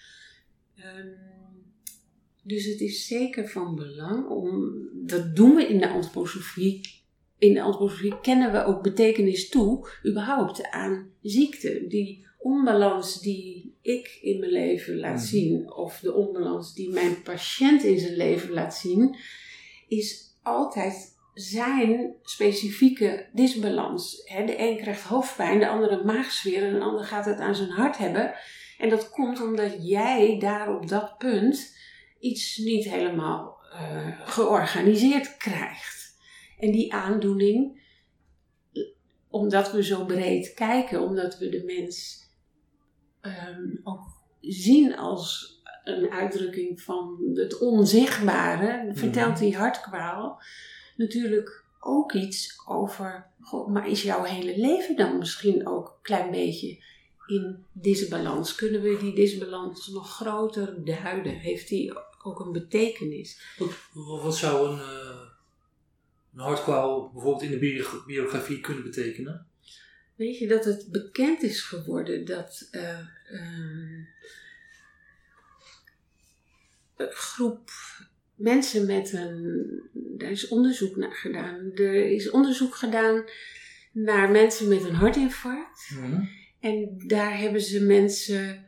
Dus het is zeker van belang dat doen we in de antroposofie. In de antroposofie kennen we ook betekenis toe, überhaupt, aan ziekte. Die onbalans die ik in mijn leven laat zien, of de onbalans die mijn patiënt in zijn leven laat zien, is altijd zijn specifieke disbalans. De een krijgt hoofdpijn, de andere maagzweer en de ander gaat het aan zijn hart hebben. En dat komt omdat jij daar op dat punt iets niet helemaal georganiseerd krijgt. En die aandoening, omdat we zo breed kijken, omdat we de mens ook zien als een uitdrukking van het onzichtbare, vertelt die hartkwaal natuurlijk ook iets over, maar is jouw hele leven dan misschien ook een klein beetje in disbalans? Kunnen we die disbalans nog groter duiden? Heeft die ook een betekenis? Wat zou een hartkwaal bijvoorbeeld in de biografie kunnen betekenen? Weet je dat het bekend is geworden dat een groep mensen daar is onderzoek naar gedaan. Er is onderzoek gedaan naar mensen met een hartinfarct. En daar hebben ze mensen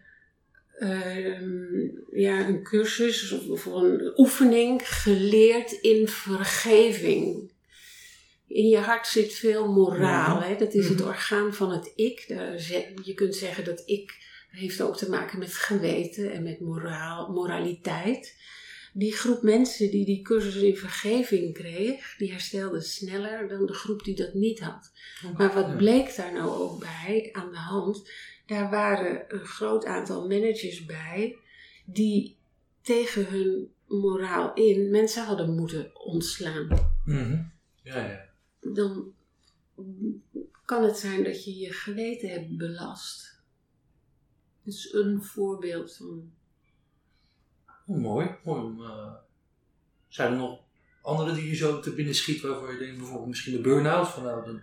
een cursus of een oefening geleerd in vergeving. In je hart zit veel moraal. Hè? Dat is het orgaan van het ik. Je kunt zeggen dat ik heeft ook te maken met geweten en met moraliteit. Die groep mensen die cursus in vergeving kreeg, die herstelde sneller dan de groep die dat niet had. Maar wat bleek daar nou ook bij aan de hand? Daar waren een groot aantal managers bij die tegen hun moraal in mensen hadden moeten ontslaan. Ja. Dan kan het zijn dat je je geweten hebt belast. Dat is een voorbeeld van. Mooi. Zijn er nog andere die je zo te binnen schiet waarvoor je denkt, bijvoorbeeld misschien de burn-out van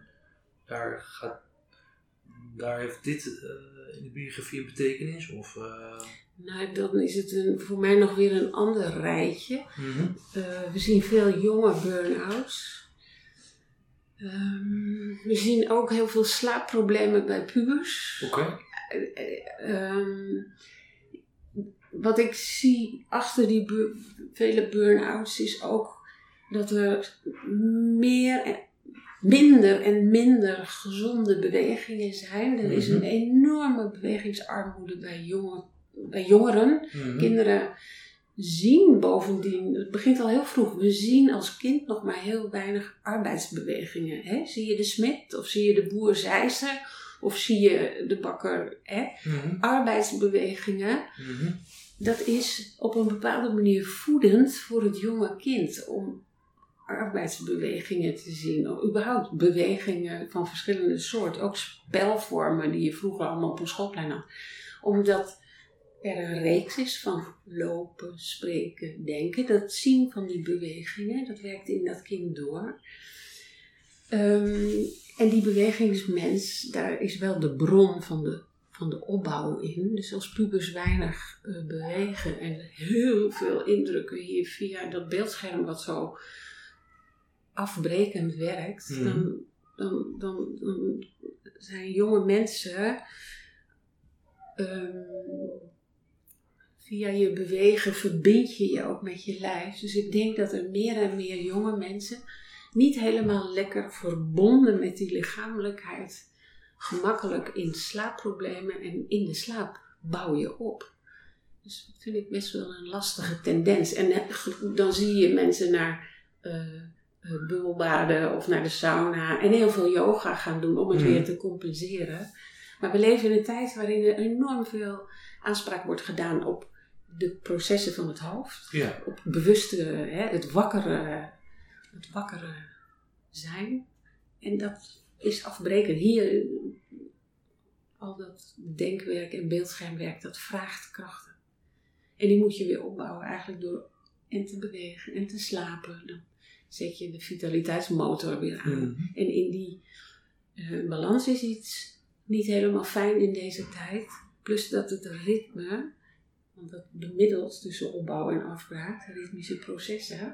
daar heeft dit in de biografie een betekenis? Of, Nou, dan is het voor mij nog weer een ander rijtje. We zien veel jonge burn-outs. We zien ook heel veel slaapproblemen bij pubers. Oké. Wat ik zie achter die vele burn-outs is ook dat er minder en minder gezonde bewegingen zijn. Er is een enorme bewegingsarmoede bij jongeren. Kinderen zien bovendien, het begint al heel vroeg, we zien als kind nog maar heel weinig arbeidsbewegingen. Hè? Zie je de smid of zie je de boer zeisen of zie je de bakker? Arbeidsbewegingen, dat is op een bepaalde manier voedend voor het jonge kind om arbeidsbewegingen te zien. Of überhaupt bewegingen van verschillende soorten. Ook spelvormen die je vroeger allemaal op een schoolplein had. Omdat er een reeks is van lopen, spreken, denken. Dat zien van die bewegingen, dat werkt in dat kind door. En die bewegingsmens, daar is wel de bron van de opbouw in. Dus als pubers weinig bewegen en heel veel indrukken hier via dat beeldscherm wat zo afbrekend werkt, dan zijn jonge mensen via je bewegen verbind je je ook met je lijf. Dus ik denk dat er meer en meer jonge mensen niet helemaal lekker verbonden met die lichamelijkheid gemakkelijk in slaapproblemen en in de slaap bouw je op. Dus dat vind ik best wel een lastige tendens. En dan zie je mensen naar bubbelbaden of naar de sauna en heel veel yoga gaan doen om het weer te compenseren. Maar we leven in een tijd waarin er enorm veel aanspraak wordt gedaan op de processen van het hoofd. Ja. Op bewuste, het wakkere zijn. En dat is afbreken. Hier, al dat denkwerk en beeldschermwerk, dat vraagt krachten. En die moet je weer opbouwen eigenlijk door en te bewegen en te slapen. Dan zet je de vitaliteitsmotor weer aan. Mm-hmm. En in die balans is iets niet helemaal fijn in deze tijd. Plus dat het ritme, want dat bemiddelt tussen opbouw en afbraak, de ritmische processen,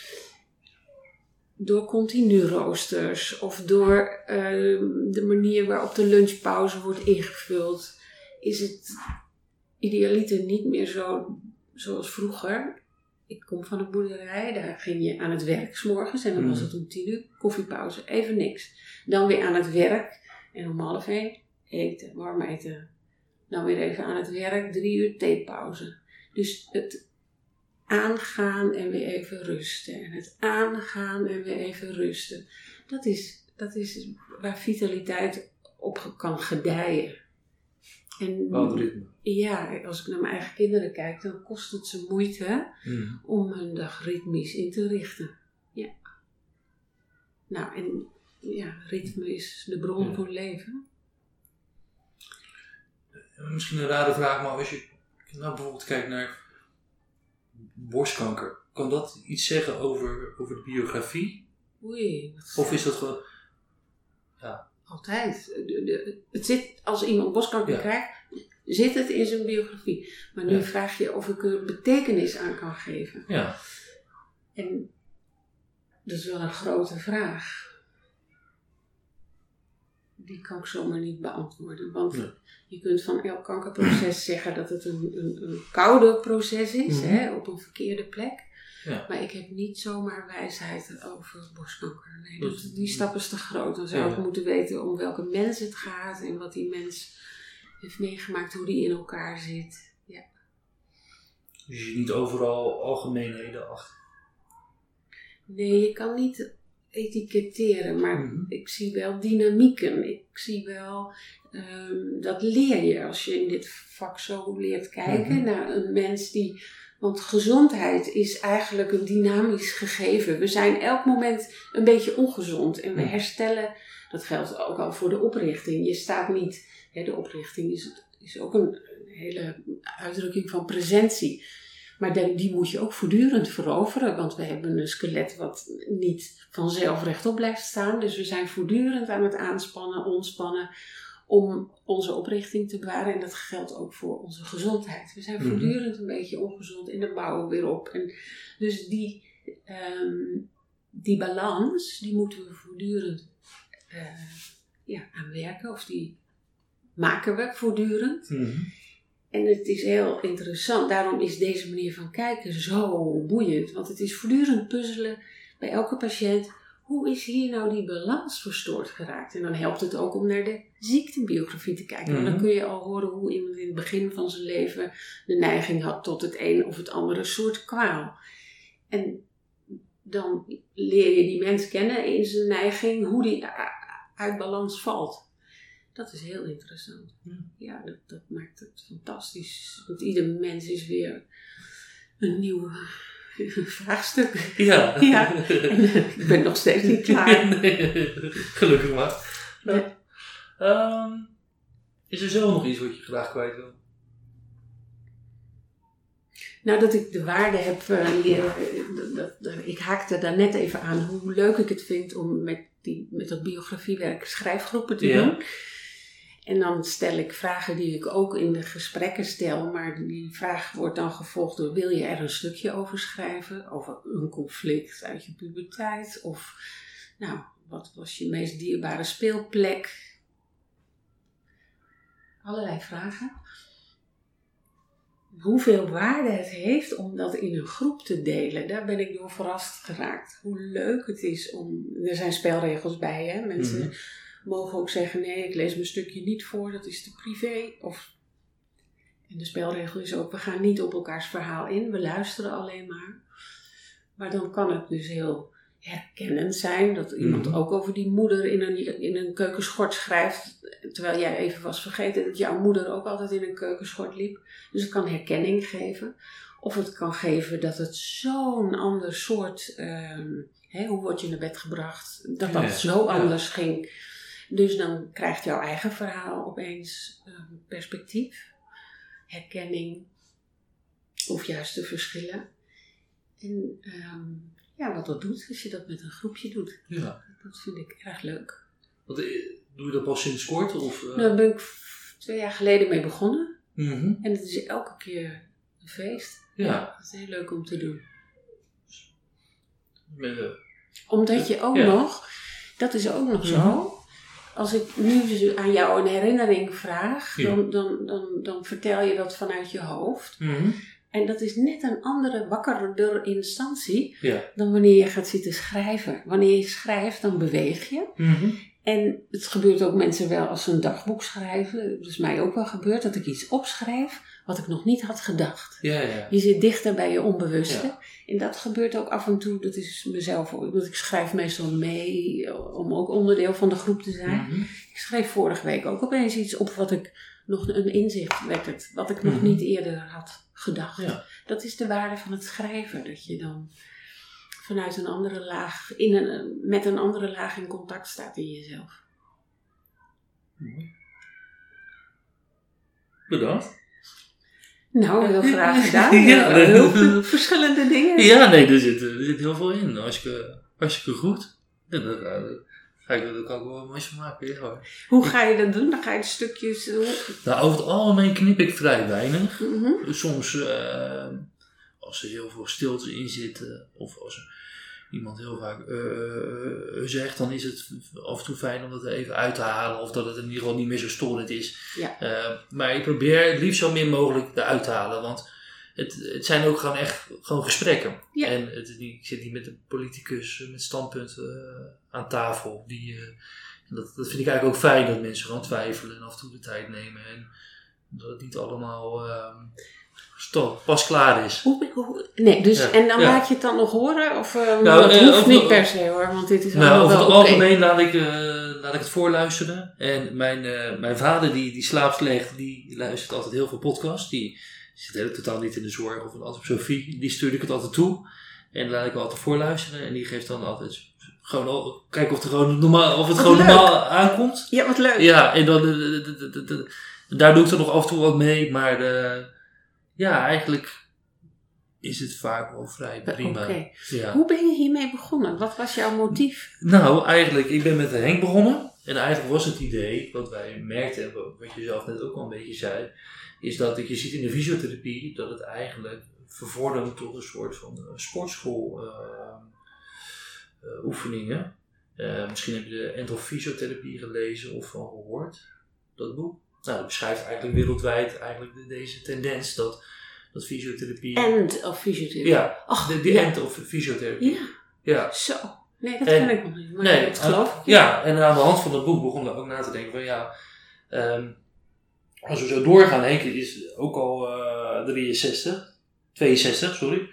door continu roosters of door de manier waarop de lunchpauze wordt ingevuld, is het idealiter niet meer zo zoals vroeger. Ik kom van een boerderij, daar ging je aan het werk 's morgens en dan was het om 10:00, koffiepauze, even niks. Dan weer aan het werk en om 12:30 eten, warm eten. Dan weer even aan het werk, 3 uur theepauze. Dus het aangaan en weer even rusten. En het aangaan en weer even rusten. Dat is waar vitaliteit op kan gedijen. En Bepaald ritme. ja, als ik naar mijn eigen kinderen kijk, dan kost het ze moeite om hun dag ritmisch in te richten. Ja. Nou, en ja, ritme is de bron voor leven. Misschien een rare vraag, maar als je nou bijvoorbeeld kijkt naar borstkanker, kan dat iets zeggen over de biografie? Oei. Of is dat gewoon... Ja. Altijd. Het zit, als iemand borstkanker krijgt, zit het in zijn biografie. Maar nu vraag je of ik er betekenis aan kan geven. Ja. En dat is wel een grote vraag. Die kan ik zomaar niet beantwoorden. Want je kunt van elk kankerproces zeggen dat het een koude proces is, op een verkeerde plek. Ja. Maar ik heb niet zomaar wijsheid over borstkanker. Nee, die stap is te groot. Dan zou ik moeten weten om welke mens het gaat en wat die mens heeft meegemaakt, hoe die in elkaar zit. Ja. Dus je ziet niet overal algemeenheden achter? Nee, je kan niet etiketteren, maar ik zie wel dynamieken. Ik zie wel, dat leer je als je in dit vak zo leert kijken naar een mens die... Want gezondheid is eigenlijk een dynamisch gegeven. We zijn elk moment een beetje ongezond en we herstellen. Dat geldt ook al voor de oprichting. Je staat niet... de oprichting is ook een hele uitdrukking van presentie. Maar die moet je ook voortdurend veroveren. Want we hebben een skelet wat niet vanzelf rechtop blijft staan. Dus we zijn voortdurend aan het aanspannen, ontspannen... om onze oprichting te bewaren. En dat geldt ook voor onze gezondheid. We zijn voortdurend een beetje ongezond en dan bouwen we weer op. En dus die balans, die moeten we voortdurend aan werken. Of die maken we voortdurend. En het is heel interessant. Daarom is deze manier van kijken zo boeiend. Want het is voortdurend puzzelen bij elke patiënt. Hoe is hier nou die balans verstoord geraakt? En dan helpt het ook om naar de ziektebiografie te kijken. Want dan kun je al horen hoe iemand in het begin van zijn leven de neiging had tot het een of het andere soort kwaal. En dan leer je die mens kennen in zijn neiging, hoe die uit balans valt. Dat is heel interessant. Ja, dat maakt het fantastisch. Want ieder mens is weer een nieuwe... vraagstuk. Ja. En, ik ben nog steeds niet klaar. Nee, gelukkig maar. Nou, is er zelf nog iets wat je graag kwijt wil? Nou, dat ik de waarde heb leren. Ik haakte daar net even aan hoe leuk ik het vind om met dat biografiewerk schrijfgroepen te doen. En dan stel ik vragen die ik ook in de gesprekken stel, maar die vraag wordt dan gevolgd door: wil je er een stukje over schrijven? Over een conflict uit je puberteit? Of, nou, wat was je meest dierbare speelplek? Allerlei vragen. hoeveel waarde het heeft om dat in een groep te delen. Daar ben ik door verrast geraakt. Hoe leuk het is om... Er zijn spelregels bij, hè. Mensen mogen ook zeggen, nee, ik lees mijn stukje niet voor, dat is te privé. En de spelregel is ook, we gaan niet op elkaars verhaal in, we luisteren alleen maar. Maar dan kan het dus heel herkennend zijn, dat iemand ook over die moeder in een keukenschort schrijft, terwijl jij even was vergeten dat jouw moeder ook altijd in een keukenschort liep. Dus het kan herkenning geven. Of het kan geven dat het zo'n ander soort, hoe word je naar bed gebracht, dat zo anders ging. Dus dan krijgt jouw eigen verhaal opeens perspectief, herkenning of juist de verschillen. En wat dat doet, als je dat met een groepje doet. Ja. Dat vind ik erg leuk. Doe je dat pas sinds kort? Of, Daar ben ik 2 jaar geleden mee begonnen. En het is elke keer een feest. Ja. Het is heel leuk om te doen. Omdat je ook nog, dat is ook nog zo, als ik nu aan jou een herinnering vraag, dan vertel je dat vanuit je hoofd. En dat is net een andere, wakkerder instantie dan wanneer je gaat zitten schrijven. Wanneer je schrijft, dan beweeg je. En het gebeurt ook mensen wel als ze een dagboek schrijven. Dat is mij ook wel gebeurd, dat ik iets opschrijf wat ik nog niet had gedacht. Je zit dichter bij je onbewuste. En dat gebeurt ook af en toe, dat is mezelf ook. Want ik schrijf meestal mee om ook onderdeel van de groep te zijn. Ik schreef vorige week ook opeens iets op wat ik nog een inzicht werd. Wat ik nog niet eerder had gedacht. Ja. Dat is de waarde van het schrijven. Dat je dan vanuit een andere laag, met een andere laag in contact staat in jezelf. Bedankt. Nou, heel graag gedaan. Heel veel verschillende dingen. Ja, nee, er zit heel veel in. Hartstikke goed. Ja, daar kan ik wel moois van maken. Ja, hoor. Hoe ga je dat doen? Dan ga je de stukjes... Nou, over het algemeen knip ik vrij weinig. Soms, als er heel veel stilte in zit, of als iemand heel vaak zegt, dan is het af en toe fijn om dat er even uit te halen. Of dat het in ieder geval niet meer zo storend is. Ja. Maar ik probeer het liefst zo min mogelijk eruit te halen. Want het zijn ook gewoon gesprekken. Ja. En ik zit niet met een politicus met standpunten aan tafel. Dat vind ik eigenlijk ook fijn, dat mensen gewoon twijfelen en af en toe de tijd nemen. En dat het niet allemaal pas klaar is. Nee, dus en dan laat je het dan nog horen? Of dat hoeft niet per se hoor, want dit is allemaal over wel het algemeen laat ik het voorluisteren. En mijn vader die slaapt slecht, die luistert altijd heel veel podcasts. Die zit totaal niet in de zorg of een antroposofie. Die stuurde ik het altijd toe. En laat ik hem altijd voorluisteren. En die geeft dan altijd gewoon kijken of het gewoon normaal aankomt. Ja, wat leuk. Ja, en dan daar doe ik er nog af en toe wat mee. Maar eigenlijk is het vaak wel vrij prima. Okay. Ja. Hoe ben je hiermee begonnen? Wat was jouw motief? Nou, eigenlijk, ik ben met Henk begonnen. En eigenlijk was het idee, wat wij merkten, wat je zelf net ook al een beetje zei, is dat je ziet in de fysiotherapie dat het eigenlijk vervormt tot een soort van sportschool oefeningen. Misschien heb je de endofysiotherapie gelezen of van gehoord, dat boek. Nou, dat beschrijft eigenlijk wereldwijd deze tendens dat fysiotherapie... End of fysiotherapie? Ja, de end of fysiotherapie. Ja. Zo. Nee, dat ken ik nog niet, maar dat geloof ik. Ja, en aan de hand van dat boek begonnen we ook na te denken van als we zo doorgaan, Henk is ook al 62, sorry.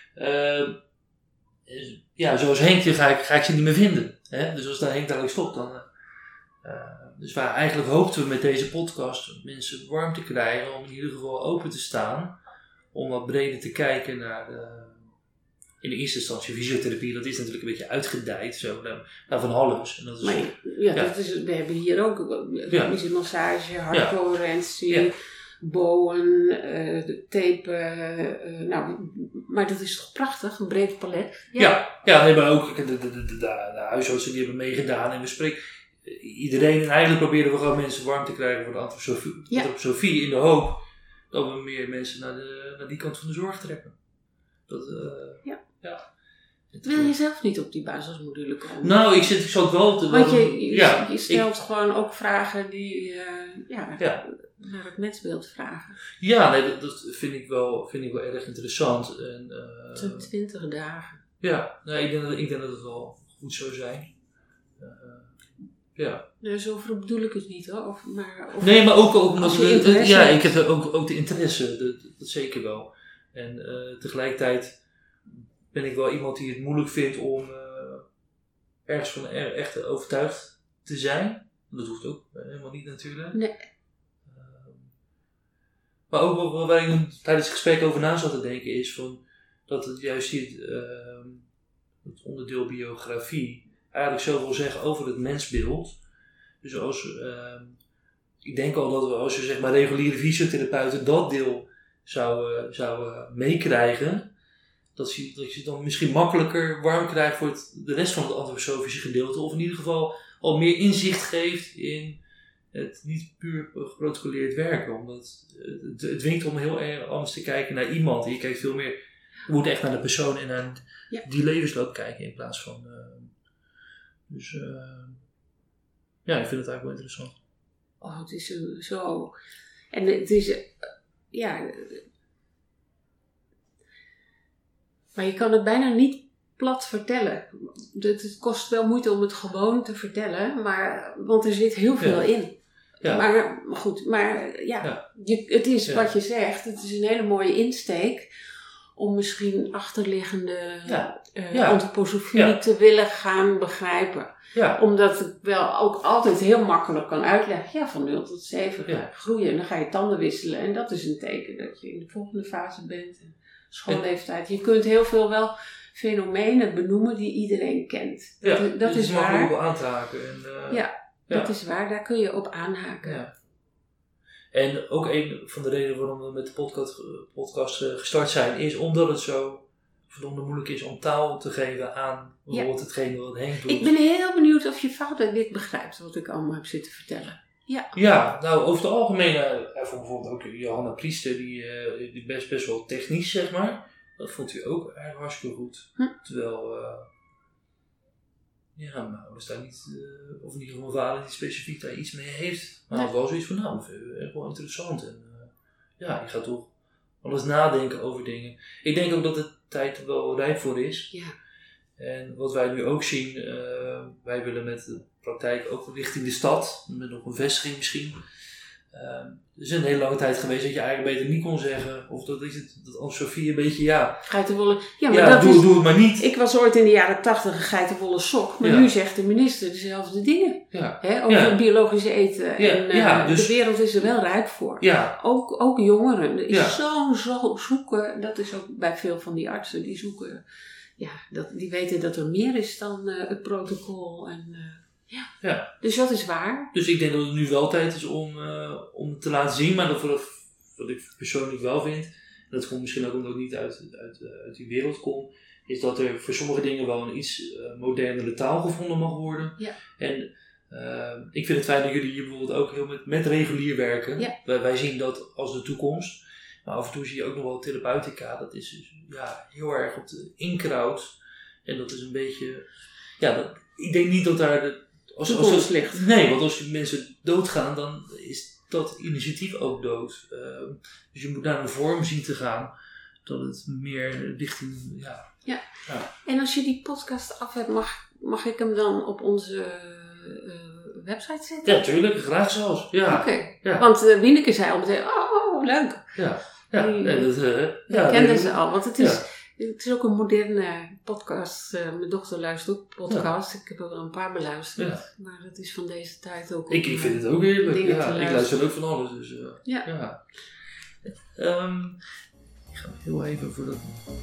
Zoals Henk ga ik ze niet meer vinden. Hè? Dus als Henk dadelijk stopt, dan... Dus waar eigenlijk hoopten we met deze podcast mensen warm te krijgen om in ieder geval open te staan. Om wat breder te kijken naar in de eerste instantie fysiotherapie. Dat is natuurlijk een beetje uitgedijd zo naar van alles. En dat is, we hebben hier ook ritmische massage, hartcoherentie, bowen, tapen. Maar dat is toch prachtig, een breed palet. Maar ook de huisartsen die hebben meegedaan en we spreken... Iedereen, en eigenlijk proberen we gewoon mensen warm te krijgen voor de antroposofie in de hoop dat we meer mensen naar die kant van de zorg trekken. Wil je zelf niet op die basismodule komen? Nou, ik zal het wel... Want je stelt gewoon ook vragen die... naar het mensbeeld vragen. Ja, nee, dat vind ik wel erg interessant. En, Het zijn 20 dagen. Ja, nee, ik denk dat het wel goed zou zijn. Ja. Nou, zo bedoel ik het niet hoor. Nee, maar ook als je interesse ja, hebt. ik heb ook de interesse, dat zeker wel. En tegelijkertijd ben ik wel iemand die het moeilijk vindt om ergens van echt overtuigd te zijn. Dat hoeft ook helemaal niet natuurlijk. Nee. Maar ook waar ik tijdens het gesprek over na zat te denken is van dat het juist het onderdeel biografie eigenlijk zoveel zeggen over het mensbeeld. Dus ik denk al dat we als je zeg maar reguliere fysiotherapeuten dat deel zouden meekrijgen, dat je dan misschien makkelijker warm krijgt voor de rest van het antroposofische gedeelte, of in ieder geval al meer inzicht geeft in het niet puur geprotocoleerd werken. Omdat het dwingt om heel erg anders te kijken naar iemand. Je kijkt veel meer, je moet echt naar de persoon en naar die levensloop kijken in plaats van... ja, ik vind het eigenlijk wel interessant. Oh, het is zo... En het is... Maar je kan het bijna niet plat vertellen. Het kost wel moeite om het gewoon te vertellen, want er zit heel veel in. Ja. Maar goed, het is wat je zegt. Het is een hele mooie insteek om misschien achterliggende antroposofie te willen gaan begrijpen. Ja. Omdat ik wel ook altijd heel makkelijk kan uitleggen. Ja, van 0 tot 7 ga je groeien en dan ga je tanden wisselen. En dat is een teken dat je in de volgende fase bent. Schoolleeftijd. Je kunt heel veel wel fenomenen benoemen die iedereen kent. Dat is waar. makkelijk op aan te haken. Dat is waar. Daar kun je op aanhaken. Ja. En ook een van de redenen waarom we met de podcast gestart zijn, is omdat het zo verdomd moeilijk is om taal te geven aan bijvoorbeeld hetgene wat Henk doet. Ik ben heel benieuwd of je vader dit begrijpt, wat ik allemaal heb zitten vertellen. Ja, nou over het algemeen, vond bijvoorbeeld ook Johanna Priester, die best wel technisch, zeg maar. Dat vond hij ook eigenlijk hartstikke goed. Terwijl, mijn ouders daar niet, of in ieder geval mijn vader niet specifiek daar iets mee heeft. Maar had wel zoiets van, dat vind ik echt wel interessant. En je gaat toch alles nadenken over dingen. Ik denk ook dat de tijd wel rijp voor is. Ja. En wat wij nu ook zien, wij willen met de praktijk ook richting de stad, met nog een vestiging misschien. Er is een hele lange tijd geweest dat je eigenlijk beter niet kon zeggen, of dat antroposofie een beetje, geitenwolle. Doe het maar niet. Ik was ooit in de jaren 80 een geitenwolle sok, maar nu zegt de minister dezelfde dingen. Ja. Over biologisch eten. Dus de wereld is er wel rijp voor. Ja. Ook jongeren. Er is zo zoeken, dat is ook bij veel van die artsen, die zoeken, die weten dat er meer is dan het protocol en... Dus dat is waar. Dus ik denk dat het nu wel tijd is om te laten zien, maar wat ik persoonlijk wel vind, en dat komt misschien ook omdat ik niet uit die wereld kom, is dat er voor sommige dingen wel een iets modernere taal gevonden mag worden. Ja. En ik vind het fijn dat jullie hier bijvoorbeeld ook heel met regulier werken. Ja. Wij zien dat als de toekomst. Maar af en toe zie je ook nog wel therapeutica, dat is dus, heel erg op de inkraut. En dat is een beetje, ik denk niet dat daar als ligt. Nee, want als mensen doodgaan, dan is dat initiatief ook dood. Dus je moet naar een vorm zien te gaan dat het meer richting... Ja. En als je die podcast af hebt, mag ik hem dan op onze website zetten? Ja, tuurlijk. Graag zelfs. Ja. Oké. Ja. Want Wieneke zei al meteen, leuk. Dat kenden ze al, want het is... Het is ook een moderne podcast. Mijn dochter luistert ook podcast. Ik heb er wel een paar beluisterd. Ja. Maar dat is van deze tijd ook. Ik vind het ook heerlijk. Ik luister ook van alles. Dus, ik ga heel even voor dat...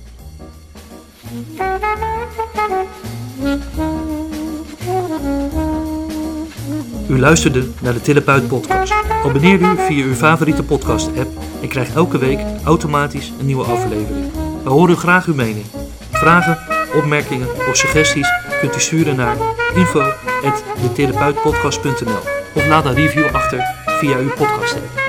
U luisterde naar de Therapeut Podcast. Abonneer u via uw favoriete podcast app en krijgt elke week automatisch een nieuwe aflevering. We horen graag uw mening. Vragen, opmerkingen of suggesties kunt u sturen naar info@detherapeutpodcast.nl of laat een review achter via uw podcast app.